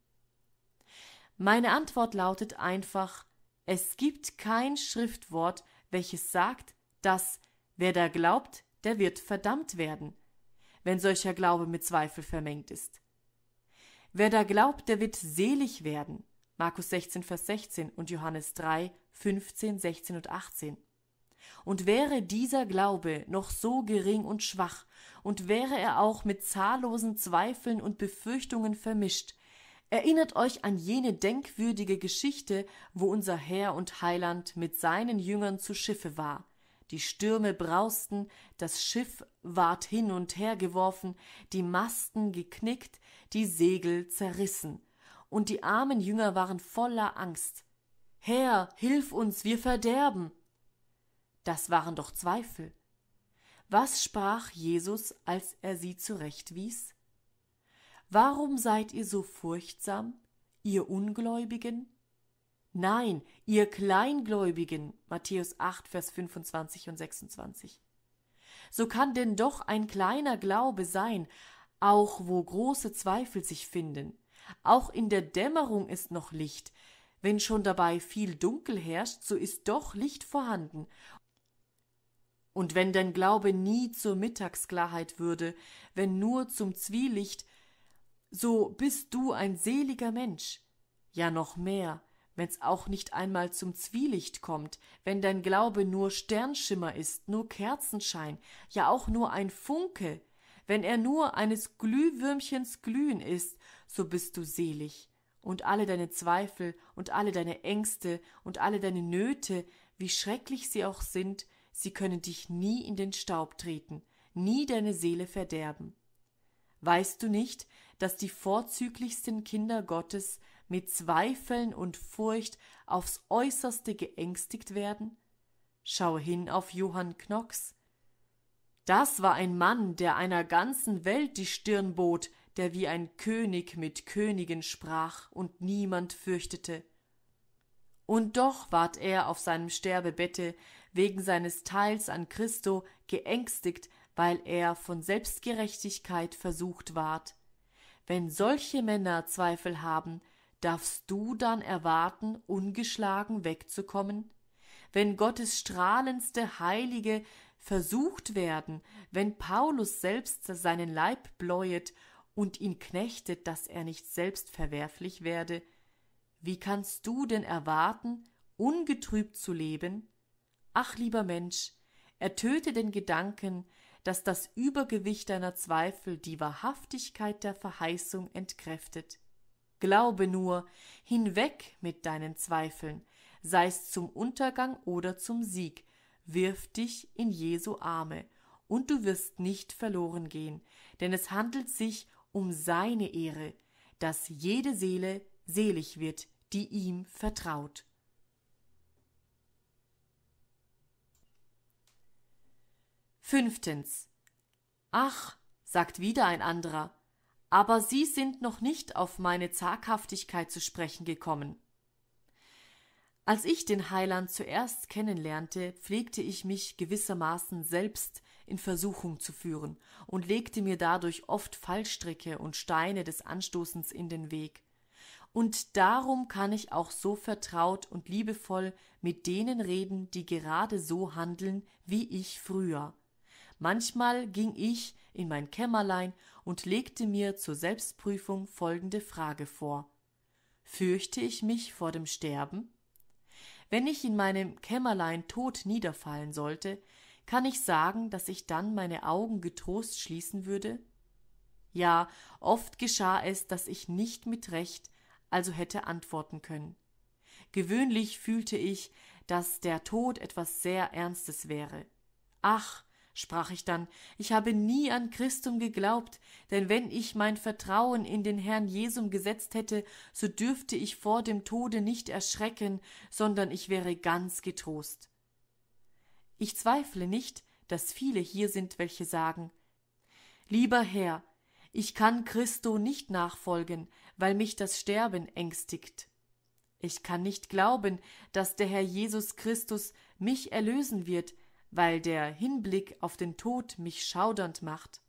Meine Antwort lautet einfach: Es gibt kein Schriftwort, welches sagt, dass wer da glaubt, der wird verdammt werden, wenn solcher Glaube mit Zweifel vermengt ist. Wer da glaubt, der wird selig werden. Markus sechzehn, Vers sechzehn und Johannes drei, fünfzehn, sechzehn und achtzehn. Und wäre dieser Glaube noch so gering und schwach, und wäre er auch mit zahllosen Zweifeln und Befürchtungen vermischt, erinnert euch an jene denkwürdige Geschichte, wo unser Herr und Heiland mit seinen Jüngern zu Schiffe war. Die Stürme brausten, das Schiff ward hin und her geworfen, die Masten geknickt, die Segel zerrissen, und die armen Jünger waren voller Angst. »Herr, hilf uns, wir verderben!« Das waren doch Zweifel. Was sprach Jesus, als er sie zurechtwies? »Warum seid ihr so furchtsam, ihr Ungläubigen?« Nein, ihr Kleingläubigen, Matthäus acht, Vers fünfundzwanzig und sechsundzwanzig. So kann denn doch ein kleiner Glaube sein, auch wo große Zweifel sich finden. Auch in der Dämmerung ist noch Licht. Wenn schon dabei viel Dunkel herrscht, so ist doch Licht vorhanden. Und wenn dein Glaube nie zur Mittagsklarheit würde, wenn nur zum Zwielicht, so bist du ein seliger Mensch. Ja, noch mehr, wenn's auch nicht einmal zum Zwielicht kommt, wenn dein Glaube nur Sternschimmer ist, nur Kerzenschein, ja auch nur ein Funke, wenn er nur eines Glühwürmchens Glühen ist, so bist du selig. Und alle deine Zweifel und alle deine Ängste und alle deine Nöte, wie schrecklich sie auch sind, sie können dich nie in den Staub treten, nie deine Seele verderben. Weißt du nicht, dass die vorzüglichsten Kinder Gottes mit Zweifeln und Furcht aufs Äußerste geängstigt werden? Schau hin auf Johann Knox. Das war ein Mann, der einer ganzen Welt die Stirn bot, der wie ein König mit Königen sprach und niemand fürchtete. Und doch ward er auf seinem Sterbebette wegen seines Teils an Christo geängstigt, weil er von Selbstgerechtigkeit versucht ward. Wenn solche Männer Zweifel haben, darfst du dann erwarten, ungeschlagen wegzukommen? Wenn Gottes strahlendste Heilige versucht werden, wenn Paulus selbst seinen Leib bläuet und ihn knechtet, dass er nicht selbst verwerflich werde, wie kannst du denn erwarten, ungetrübt zu leben? Ach, lieber Mensch, ertöte den Gedanken, dass das Übergewicht deiner Zweifel die Wahrhaftigkeit der Verheißung entkräftet. Glaube nur, hinweg mit deinen Zweifeln, sei's zum Untergang oder zum Sieg, wirf dich in Jesu Arme, und du wirst nicht verloren gehen, denn es handelt sich um seine Ehre, dass jede Seele selig wird, die ihm vertraut. Fünftens. Ach, sagt wieder ein anderer, aber Sie sind noch nicht auf meine Zaghaftigkeit zu sprechen gekommen. Als ich den Heiland zuerst kennenlernte, pflegte ich mich gewissermaßen selbst in Versuchung zu führen und legte mir dadurch oft Fallstricke und Steine des Anstoßens in den Weg. Und darum kann ich auch so vertraut und liebevoll mit denen reden, die gerade so handeln, wie ich früher. Manchmal ging ich in mein Kämmerlein und legte mir zur Selbstprüfung folgende Frage vor: Fürchte ich mich vor dem Sterben? Wenn ich in meinem Kämmerlein tot niederfallen sollte, kann ich sagen, dass ich dann meine Augen getrost schließen würde? Ja, oft geschah es, dass ich nicht mit Recht also hätte antworten können. Gewöhnlich fühlte ich, dass der Tod etwas sehr Ernstes wäre. Ach, sprach ich dann, ich habe nie an Christum geglaubt, denn wenn ich mein Vertrauen in den Herrn Jesum gesetzt hätte, so dürfte ich vor dem Tode nicht erschrecken, sondern ich wäre ganz getrost. Ich zweifle nicht, dass viele hier sind, welche sagen: Lieber Herr, ich kann Christo nicht nachfolgen, weil mich das Sterben ängstigt. Ich kann nicht glauben, dass der Herr Jesus Christus mich erlösen wird, weil der Hinblick auf den Tod mich schaudernd macht.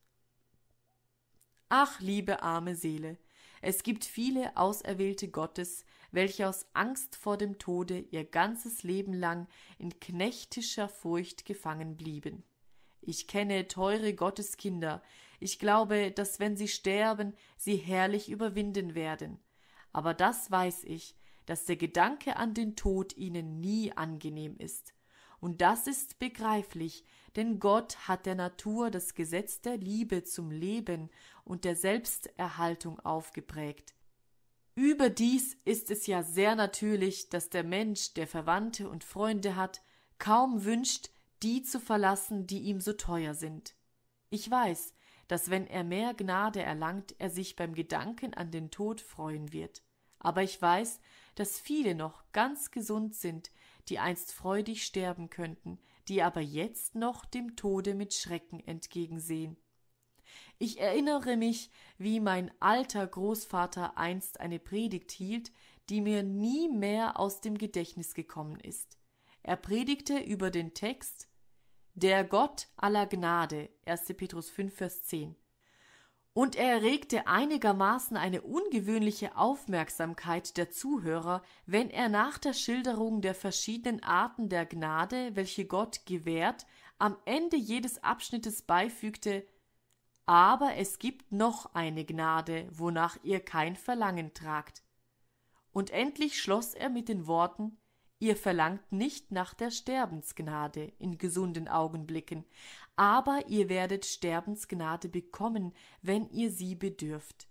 Ach, liebe arme Seele, es gibt viele Auserwählte Gottes, welche aus Angst vor dem Tode ihr ganzes Leben lang in knechtischer Furcht gefangen blieben. Ich kenne teure Gotteskinder, ich glaube, dass wenn sie sterben, sie herrlich überwinden werden. Aber das weiß ich, dass der Gedanke an den Tod ihnen nie angenehm ist. Und das ist begreiflich, denn Gott hat der Natur das Gesetz der Liebe zum Leben und der Selbsterhaltung aufgeprägt. Überdies ist es ja sehr natürlich, dass der Mensch, der Verwandte und Freunde hat, kaum wünscht, die zu verlassen, die ihm so teuer sind. Ich weiß, dass wenn er mehr Gnade erlangt, er sich beim Gedanken an den Tod freuen wird. Aber ich weiß, dass viele noch ganz gesund sind, die einst freudig sterben könnten, die aber jetzt noch dem Tode mit Schrecken entgegensehen. Ich erinnere mich, wie mein alter Großvater einst eine Predigt hielt, die mir nie mehr aus dem Gedächtnis gekommen ist. Er predigte über den Text Der Gott aller Gnade, erster Petrus fünf, Vers zehn. Und er erregte einigermaßen eine ungewöhnliche Aufmerksamkeit der Zuhörer, wenn er nach der Schilderung der verschiedenen Arten der Gnade, welche Gott gewährt, am Ende jedes Abschnittes beifügte: Aber es gibt noch eine Gnade, wonach ihr kein Verlangen tragt. Und endlich schloss er mit den Worten: Ihr verlangt nicht nach der Sterbensgnade in gesunden Augenblicken, aber ihr werdet Sterbensgnade bekommen, wenn ihr sie bedürft.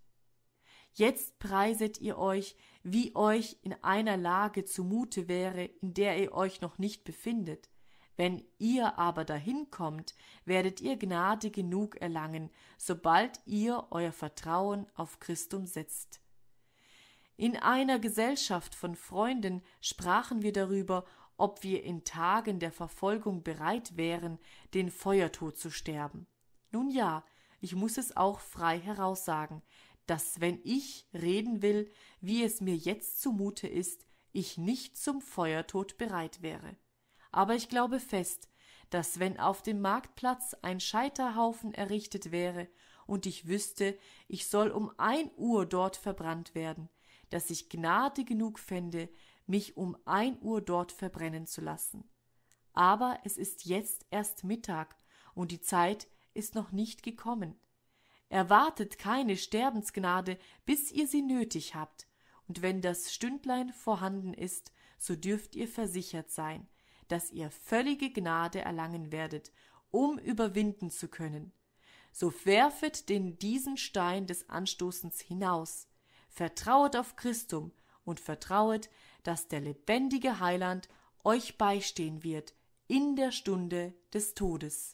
Jetzt preiset ihr euch, wie euch in einer Lage zumute wäre, in der ihr euch noch nicht befindet. Wenn ihr aber dahin kommt, werdet ihr Gnade genug erlangen, sobald ihr euer Vertrauen auf Christum setzt. In einer Gesellschaft von Freunden sprachen wir darüber, ob wir in Tagen der Verfolgung bereit wären, den Feuertod zu sterben. Nun ja, ich muß es auch frei heraussagen, dass wenn ich reden will, wie es mir jetzt zumute ist, ich nicht zum Feuertod bereit wäre. Aber ich glaube fest, dass wenn auf dem Marktplatz ein Scheiterhaufen errichtet wäre und ich wüsste, ich soll um ein Uhr dort verbrannt werden, dass ich Gnade genug fände, mich um ein Uhr dort verbrennen zu lassen. Aber es ist jetzt erst Mittag und die Zeit ist noch nicht gekommen. Erwartet keine Sterbensgnade, bis ihr sie nötig habt, und wenn das Stündlein vorhanden ist, so dürft ihr versichert sein, dass ihr völlige Gnade erlangen werdet, um überwinden zu können. So werfet den diesen Stein des Anstoßens hinaus, vertrauet auf Christum und vertrauet, dass der lebendige Heiland euch beistehen wird in der Stunde des Todes.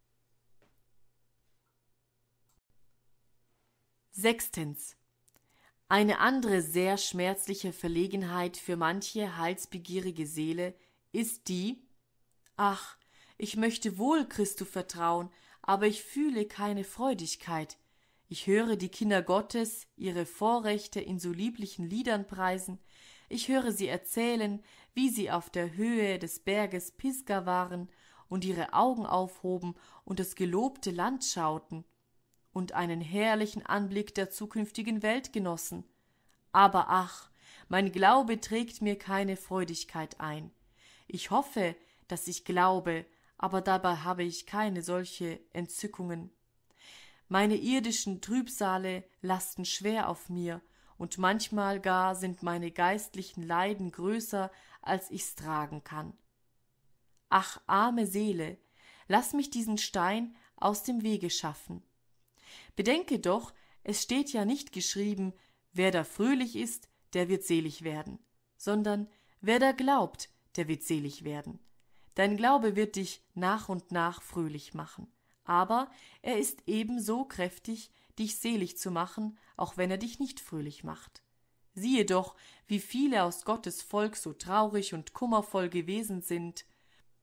Sechstens. Eine andere sehr schmerzliche Verlegenheit für manche heilsbegierige Seele ist die: Ach, ich möchte wohl Christu vertrauen, aber ich fühle keine Freudigkeit. Ich höre die Kinder Gottes ihre Vorrechte in so lieblichen Liedern preisen. Ich höre sie erzählen, wie sie auf der Höhe des Berges Pisgah waren und ihre Augen aufhoben und das gelobte Land schauten und einen herrlichen Anblick der zukünftigen Welt genossen. Aber ach, mein Glaube trägt mir keine Freudigkeit ein. Ich hoffe, dass ich glaube, aber dabei habe ich keine solche Entzückungen. Meine irdischen Trübsale lasten schwer auf mir, und manchmal gar sind meine geistlichen Leiden größer, als ich's tragen kann. Ach, arme Seele, lass mich diesen Stein aus dem Wege schaffen. Bedenke doch, es steht ja nicht geschrieben, wer da fröhlich ist, der wird selig werden, sondern wer da glaubt, der wird selig werden. Dein Glaube wird dich nach und nach fröhlich machen. Aber er ist ebenso kräftig, dich selig zu machen, auch wenn er dich nicht fröhlich macht. Siehe doch, wie viele aus Gottes Volk so traurig und kummervoll gewesen sind,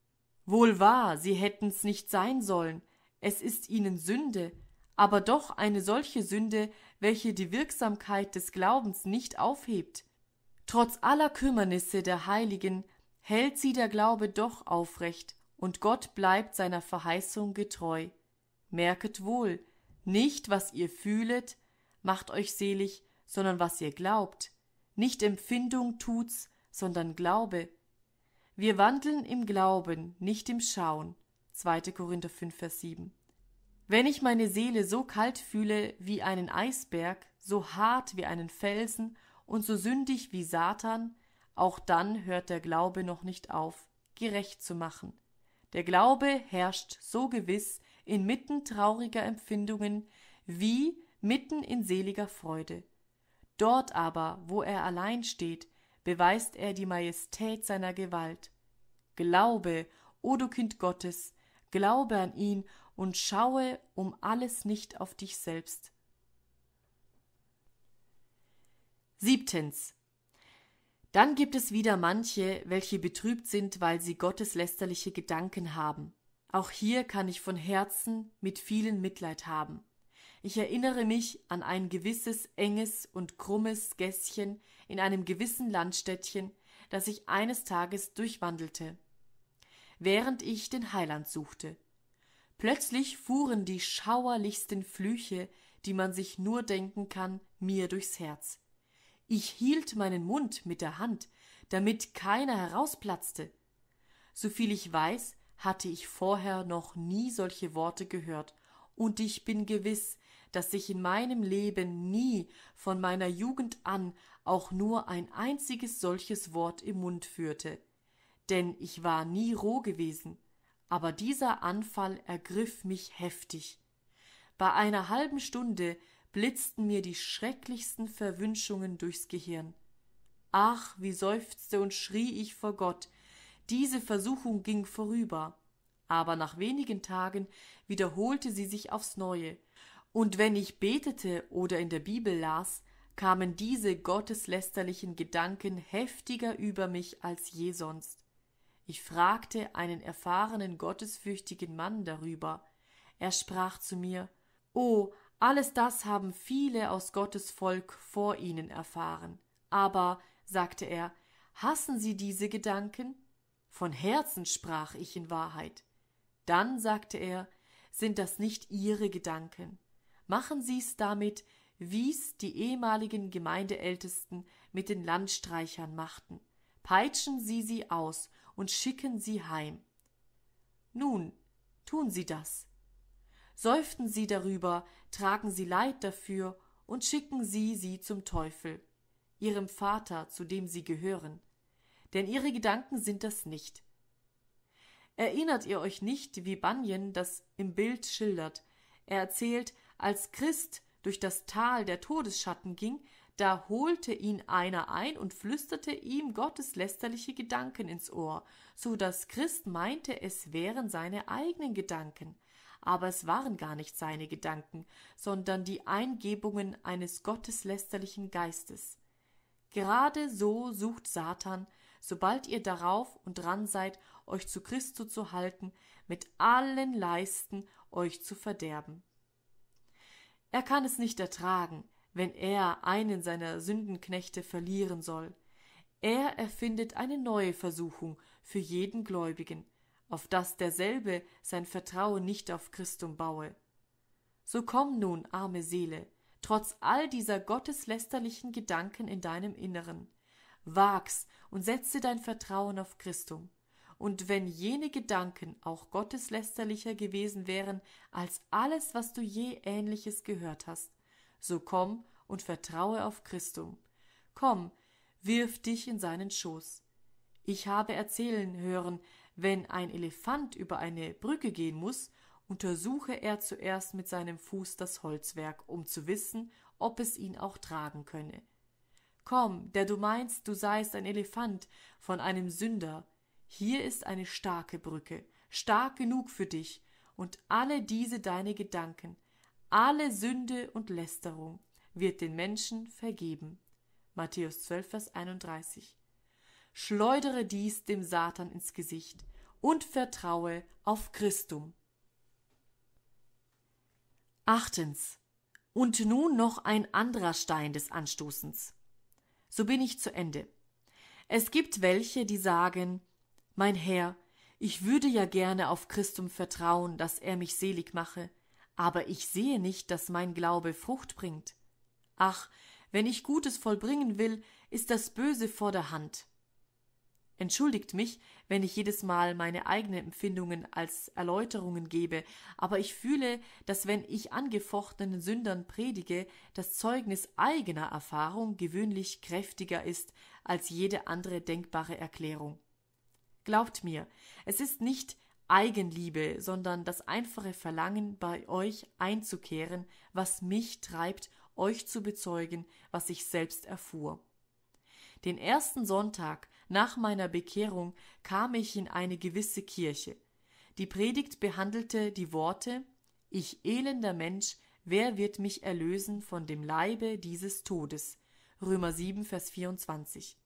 Wohl wahr, sie hätten's nicht sein sollen, es ist ihnen Sünde, aber doch eine solche Sünde, welche die Wirksamkeit des Glaubens nicht aufhebt. Trotz aller Kümmernisse der Heiligen hält sie der Glaube doch aufrecht, und Gott bleibt seiner Verheißung getreu. Merket wohl, nicht was ihr fühlet, macht euch selig, sondern was ihr glaubt. Nicht Empfindung tut's, sondern Glaube. Wir wandeln im Glauben, nicht im Schauen. zweiter Korinther fünf, Vers sieben. Wenn ich meine Seele so kalt fühle wie einen Eisberg, so hart wie einen Felsen und so sündig wie Satan, auch dann hört der Glaube noch nicht auf, gerecht zu machen. Der Glaube herrscht so gewiss inmitten trauriger Empfindungen wie mitten in seliger Freude. Dort aber, wo er allein steht, beweist er die Majestät seiner Gewalt. Glaube, o du Kind Gottes, glaube an ihn und schaue um alles nicht auf dich selbst. Siebtens. Dann gibt es wieder manche, welche betrübt sind, weil sie gotteslästerliche Gedanken haben. Auch hier kann ich von Herzen mit vielen Mitleid haben. Ich erinnere mich an ein gewisses enges und krummes Gässchen in einem gewissen Landstädtchen, das ich eines Tages durchwandelte, während ich den Heiland suchte. Plötzlich fuhren die schauerlichsten Flüche, die man sich nur denken kann, mir durchs Herz. Ich hielt meinen Mund mit der Hand, damit keiner herausplatzte. Soviel ich weiß, hatte ich vorher noch nie solche Worte gehört, und ich bin gewiss, dass ich in meinem Leben nie von meiner Jugend an auch nur ein einziges solches Wort im Mund führte. Denn ich war nie roh gewesen, aber dieser Anfall ergriff mich heftig. Bei einer halben Stunde blitzten mir die schrecklichsten Verwünschungen durchs Gehirn. Ach, wie seufzte und schrie ich vor Gott. Diese Versuchung ging vorüber, aber nach wenigen Tagen wiederholte sie sich aufs Neue, und wenn ich betete oder in der Bibel las, kamen diese gotteslästerlichen Gedanken heftiger über mich als je sonst. Ich fragte einen erfahrenen, gottesfürchtigen Mann darüber. Er sprach zu mir: »Oh, alles das haben viele aus Gottes Volk vor Ihnen erfahren. Aber«, sagte er, »hassen Sie diese Gedanken?« Von Herzen, sprach ich in Wahrheit. Dann, sagte er, »sind das nicht Ihre Gedanken? Machen Sie's damit, wie's die ehemaligen Gemeindeältesten mit den Landstreichern machten. Peitschen Sie sie aus und schicken sie heim. Nun, tun Sie das. Seufzen Sie darüber, tragen Sie Leid dafür und schicken Sie sie zum Teufel, Ihrem Vater, zu dem Sie gehören. Denn Ihre Gedanken sind das nicht. Erinnert ihr euch nicht, wie Bunyan das im Bild schildert? Er erzählt, als Christ durch das Tal der Todesschatten ging, da holte ihn einer ein und flüsterte ihm gotteslästerliche Gedanken ins Ohr, so dass Christ meinte, es wären seine eigenen Gedanken. Aber es waren gar nicht seine Gedanken, sondern die Eingebungen eines gotteslästerlichen Geistes. Gerade so sucht Satan, sobald ihr darauf und dran seid, euch zu Christo zu halten, mit allen Leisten euch zu verderben. Er kann es nicht ertragen, wenn er einen seiner Sündenknechte verlieren soll. Er erfindet eine neue Versuchung für jeden Gläubigen, auf dass derselbe sein Vertrauen nicht auf Christum baue. So komm nun, arme Seele, trotz all dieser gotteslästerlichen Gedanken in deinem Inneren, wag's und setze dein Vertrauen auf Christum. Und wenn jene Gedanken auch gotteslästerlicher gewesen wären als alles, was du je Ähnliches gehört hast, so komm und vertraue auf Christum. Komm, wirf dich in seinen Schoß. Ich habe erzählen hören, wenn ein Elefant über eine Brücke gehen muß, untersuche er zuerst mit seinem Fuß das Holzwerk, um zu wissen, ob es ihn auch tragen könne. Komm, der du meinst, du seist ein Elefant von einem Sünder, hier ist eine starke Brücke, stark genug für dich und alle diese deine Gedanken, alle Sünde und Lästerung wird den Menschen vergeben. Matthäus zwölf, Vers einunddreißig. Schleudere dies dem Satan ins Gesicht und vertraue auf Christum. Achtens. Und nun noch ein anderer Stein des Anstoßens. So bin ich zu Ende. Es gibt welche, die sagen: Mein Herr, ich würde ja gerne auf Christum vertrauen, dass er mich selig mache, aber ich sehe nicht, dass mein Glaube Frucht bringt. Ach, wenn ich Gutes vollbringen will, ist das Böse vor der Hand. Entschuldigt mich, wenn ich jedes Mal meine eigenen Empfindungen als Erläuterungen gebe, aber ich fühle, dass wenn ich angefochtenen Sündern predige, das Zeugnis eigener Erfahrung gewöhnlich kräftiger ist als jede andere denkbare Erklärung. Glaubt mir, es ist nicht Eigenliebe, sondern das einfache Verlangen, bei euch einzukehren, was mich treibt, euch zu bezeugen, was ich selbst erfuhr. Den ersten Sonntag nach meiner Bekehrung kam ich in eine gewisse Kirche. Die Predigt behandelte die Worte: Ich elender Mensch, wer wird mich erlösen von dem Leibe dieses Todes? Römer sieben, Vers vierundzwanzig.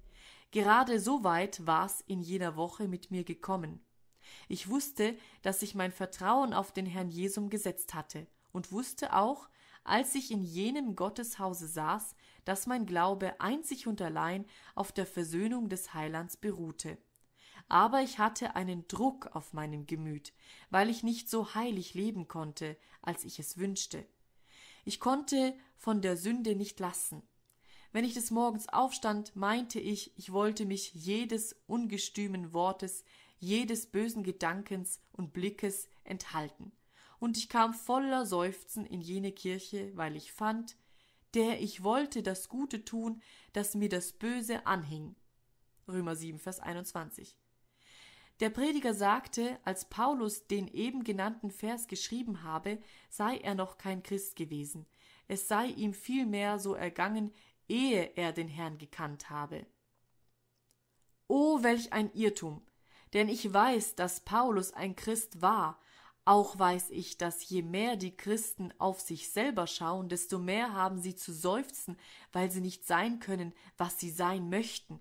Gerade so weit war's in jener Woche mit mir gekommen. Ich wusste, dass ich mein Vertrauen auf den Herrn Jesum gesetzt hatte und wusste auch, als ich in jenem Gotteshause saß, dass mein Glaube einzig und allein auf der Versöhnung des Heilands beruhte. Aber ich hatte einen Druck auf meinem Gemüt, weil ich nicht so heilig leben konnte, als ich es wünschte. Ich konnte von der Sünde nicht lassen. Wenn ich des Morgens aufstand, meinte ich, ich wollte mich jedes ungestümen Wortes, jedes bösen Gedankens und Blickes enthalten. Und ich kam voller Seufzen in jene Kirche, weil ich fand, der ich wollte das Gute tun, das mir das Böse anhing. Römer sieben, Vers einundzwanzig. Der Prediger sagte, als Paulus den eben genannten Vers geschrieben habe, sei er noch kein Christ gewesen. Es sei ihm vielmehr so ergangen, ehe er den Herrn gekannt habe. O, welch ein Irrtum! Denn ich weiß, dass Paulus ein Christ war. Auch weiß ich, dass je mehr die Christen auf sich selber schauen, desto mehr haben sie zu seufzen, weil sie nicht sein können, was sie sein möchten.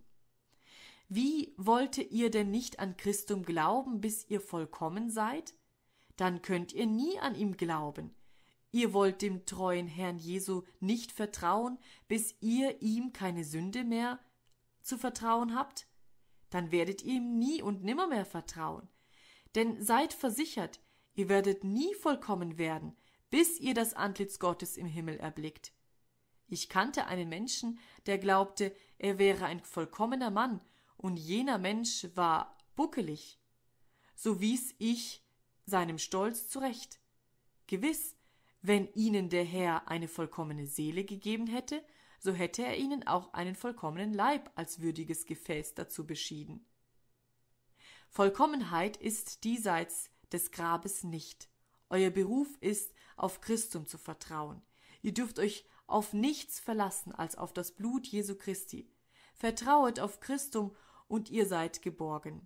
Wie wollte ihr denn nicht an Christum glauben, bis ihr vollkommen seid? Dann könnt ihr nie an ihm glauben. Ihr wollt dem treuen Herrn Jesu nicht vertrauen, bis ihr ihm keine Sünde mehr zu vertrauen habt? Dann werdet ihr ihm nie und nimmermehr vertrauen. Denn seid versichert, ihr werdet nie vollkommen werden, bis ihr das Antlitz Gottes im Himmel erblickt. Ich kannte einen Menschen, der glaubte, er wäre ein vollkommener Mann, und jener Mensch war buckelig. So wies ich seinem Stolz zurecht. Gewiss, wenn ihnen der Herr eine vollkommene Seele gegeben hätte, so hätte er ihnen auch einen vollkommenen Leib als würdiges Gefäß dazu beschieden. Vollkommenheit ist diesseits des Grabes nicht. Euer Beruf ist, auf Christum zu vertrauen. Ihr dürft euch auf nichts verlassen als auf das Blut Jesu Christi. Vertrauet auf Christum und ihr seid geborgen.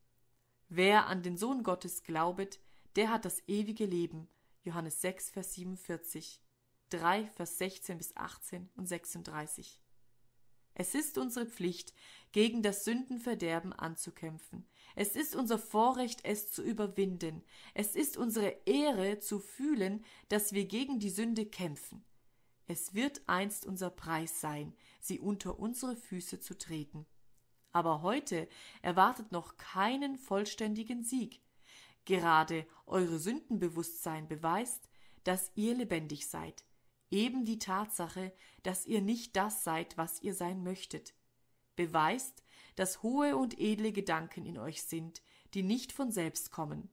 Wer an den Sohn Gottes glaubet, der hat das ewige Leben. Johannes sechs, Vers siebenundvierzig, drei, Vers sechzehn bis achtzehn und sechsunddreißig. Es ist unsere Pflicht, gegen das Sündenverderben anzukämpfen. Es ist unser Vorrecht, es zu überwinden. Es ist unsere Ehre, zu fühlen, dass wir gegen die Sünde kämpfen. Es wird einst unser Preis sein, sie unter unsere Füße zu treten. Aber heute erwartet noch keinen vollständigen Sieg. Gerade eure Sündenbewusstsein beweist, dass ihr lebendig seid. Eben die Tatsache, dass ihr nicht das seid, was ihr sein möchtet, beweist, dass hohe und edle Gedanken in euch sind, die nicht von selbst kommen.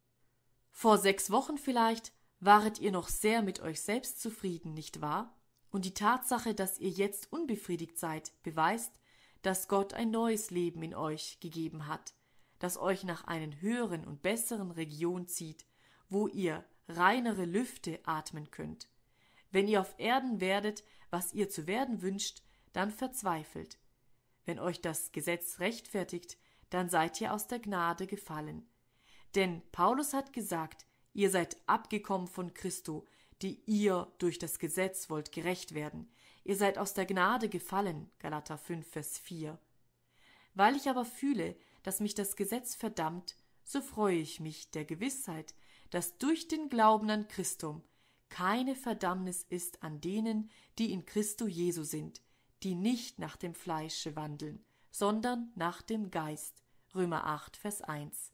Vor sechs Wochen vielleicht waret ihr noch sehr mit euch selbst zufrieden, nicht wahr? Und die Tatsache, dass ihr jetzt unbefriedigt seid, beweist, dass Gott ein neues Leben in euch gegeben hat, das euch nach einer höheren und besseren Region zieht, wo ihr reinere Lüfte atmen könnt. Wenn ihr auf Erden werdet, was ihr zu werden wünscht, dann verzweifelt. Wenn euch das Gesetz rechtfertigt, dann seid ihr aus der Gnade gefallen. Denn Paulus hat gesagt, ihr seid abgekommen von Christo, die ihr durch das Gesetz wollt gerecht werden. Ihr seid aus der Gnade gefallen, Galater fünf, Vers vier. Weil ich aber fühle, dass mich das Gesetz verdammt, so freue ich mich der Gewissheit, dass durch den Glauben an Christum keine Verdammnis ist an denen, die in Christo Jesu sind, die nicht nach dem Fleische wandeln, sondern nach dem Geist. Römer acht, Vers eins.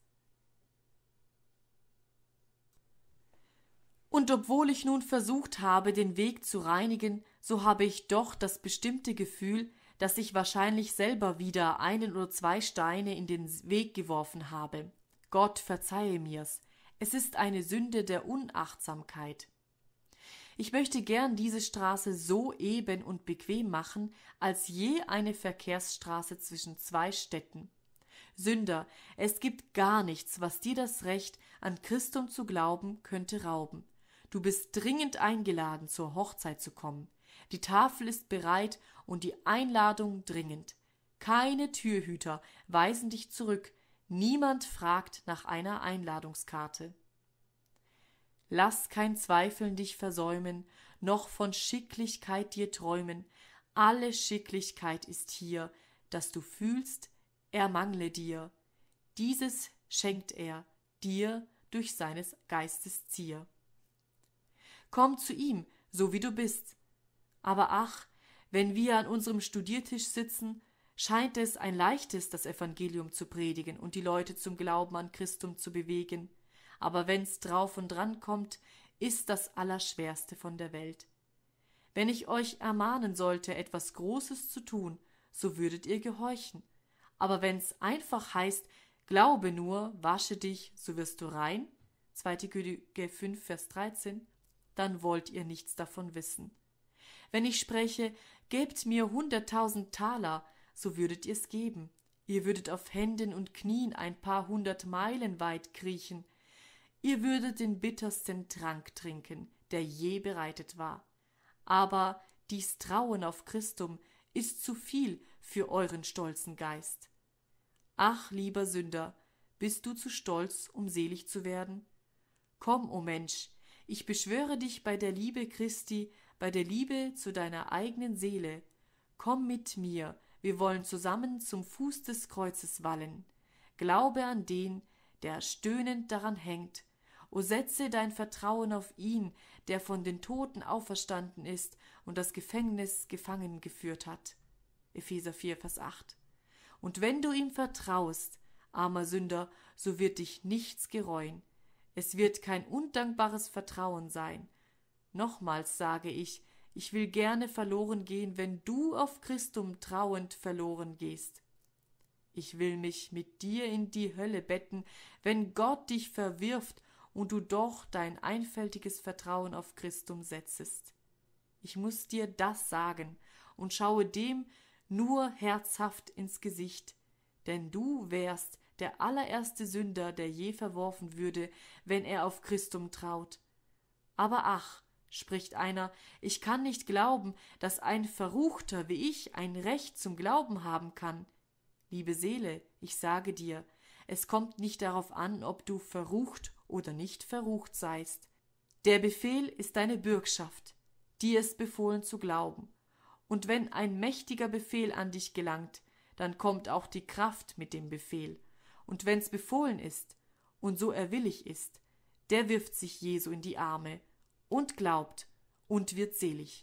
Und obwohl ich nun versucht habe, den Weg zu reinigen, so habe ich doch das bestimmte Gefühl, dass ich wahrscheinlich selber wieder einen oder zwei Steine in den Weg geworfen habe. Gott verzeihe mir's. Es ist eine Sünde der Unachtsamkeit. Ich möchte gern diese Straße so eben und bequem machen, als je eine Verkehrsstraße zwischen zwei Städten. Sünder, es gibt gar nichts, was dir das Recht, an Christum zu glauben, könnte rauben. Du bist dringend eingeladen, zur Hochzeit zu kommen. Die Tafel ist bereit und die Einladung dringend. Keine Türhüter weisen dich zurück, niemand fragt nach einer Einladungskarte. Lass kein Zweifeln dich versäumen, noch von Schicklichkeit dir träumen. Alle Schicklichkeit ist hier, dass du fühlst, er mangle dir. Dieses schenkt er dir durch seines Geistes Zier. Komm zu ihm, so wie du bist. Aber ach, wenn wir an unserem Studiertisch sitzen, scheint es ein leichtes, das Evangelium zu predigen und die Leute zum Glauben an Christum zu bewegen. Aber wenn's drauf und dran kommt, ist das Allerschwerste von der Welt. Wenn ich euch ermahnen sollte, etwas Großes zu tun, so würdet ihr gehorchen. Aber wenn's einfach heißt, glaube nur, wasche dich, so wirst du rein, zweite Könige fünf, Vers dreizehn, dann wollt ihr nichts davon wissen. Wenn ich spreche, gebt mir hunderttausend Taler, so würdet ihr's geben. Ihr würdet auf Händen und Knien ein paar hundert Meilen weit kriechen. Ihr würdet den bittersten Trank trinken, der je bereitet war. Aber dies Trauen auf Christum ist zu viel für euren stolzen Geist. Ach, lieber Sünder, bist du zu stolz, um selig zu werden? Komm, o Mensch, ich beschwöre dich bei der Liebe Christi, bei der Liebe zu deiner eigenen Seele. Komm mit mir, wir wollen zusammen zum Fuß des Kreuzes wallen. Glaube an den, der stöhnend daran hängt. O setze dein Vertrauen auf ihn, der von den Toten auferstanden ist und das Gefängnis gefangen geführt hat. Epheser vier, Vers acht. Und wenn du ihm vertraust, armer Sünder, so wird dich nichts gereuen. Es wird kein undankbares Vertrauen sein. Nochmals sage ich, ich will gerne verloren gehen, wenn du auf Christum trauend verloren gehst. Ich will mich mit dir in die Hölle betten, wenn Gott dich verwirft und du doch dein einfältiges Vertrauen auf Christum setzest. Ich muß dir das sagen und schaue dem nur herzhaft ins Gesicht, denn du wärst der allererste Sünder, der je verworfen würde, wenn er auf Christum traut. Aber ach, spricht einer, ich kann nicht glauben, dass ein Verruchter wie ich ein Recht zum Glauben haben kann. Liebe Seele, ich sage dir, es kommt nicht darauf an, ob du verrucht oder nicht verrucht seist. Der Befehl ist deine Bürgschaft, dir ist befohlen zu glauben. Und wenn ein mächtiger Befehl an dich gelangt, dann kommt auch die Kraft mit dem Befehl. Und wenn's befohlen ist und so er willig ist, der wirft sich Jesu in die Arme und glaubt und wird selig.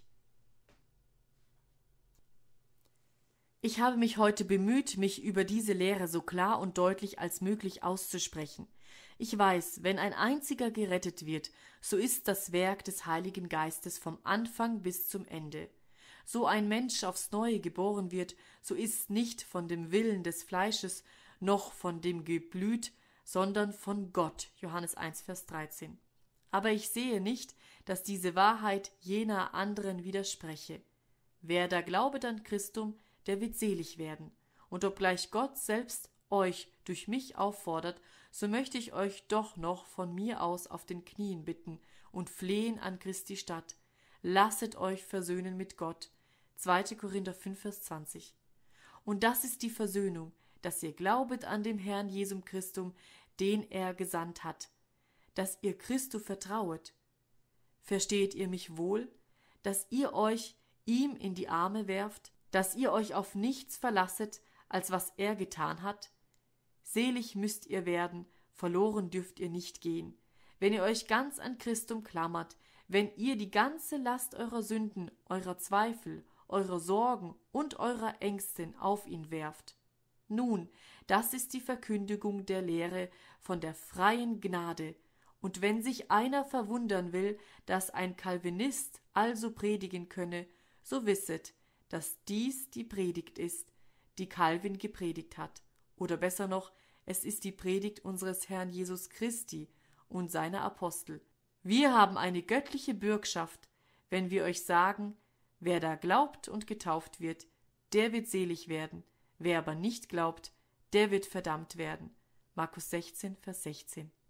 Ich habe mich heute bemüht, mich über diese Lehre so klar und deutlich als möglich auszusprechen. Ich weiß, wenn ein einziger gerettet wird, so ist das Werk des Heiligen Geistes vom Anfang bis zum Ende. So ein Mensch aufs Neue geboren wird, so ist nicht von dem Willen des Fleisches noch von dem Geblüt, sondern von Gott. Johannes eins, Vers dreizehn. Aber ich sehe nicht, dass diese Wahrheit jener anderen widerspreche. Wer da glaubet an Christum, der wird selig werden. Und obgleich Gott selbst euch durch mich auffordert, so möchte ich euch doch noch von mir aus auf den Knien bitten und flehen an Christi statt. Lasset euch versöhnen mit Gott. zweite Korinther fünf, Vers zwanzig. Und das ist die Versöhnung, dass ihr glaubet an dem Herrn Jesum Christum, den er gesandt hat, dass ihr Christo vertrauet. Versteht ihr mich wohl, dass ihr euch ihm in die Arme werft, dass ihr euch auf nichts verlasset, als was er getan hat? selig müsst ihr werden, verloren dürft ihr nicht gehen. Wenn ihr euch ganz an Christum klammert, wenn ihr die ganze Last eurer Sünden, eurer Zweifel, eurer Sorgen und eurer Ängsten auf ihn werft. Nun, das ist die Verkündigung der Lehre von der freien Gnade. Und wenn sich einer verwundern will, dass ein Calvinist also predigen könne, so wisset, dass dies die Predigt ist, die Calvin gepredigt hat. Oder besser noch, es ist die Predigt unseres Herrn Jesus Christi und seiner Apostel. Wir haben eine göttliche Bürgschaft, wenn wir euch sagen, wer da glaubt und getauft wird, der wird selig werden, wer aber nicht glaubt, der wird verdammt werden. Markus sechzehn, Vers sechzehn.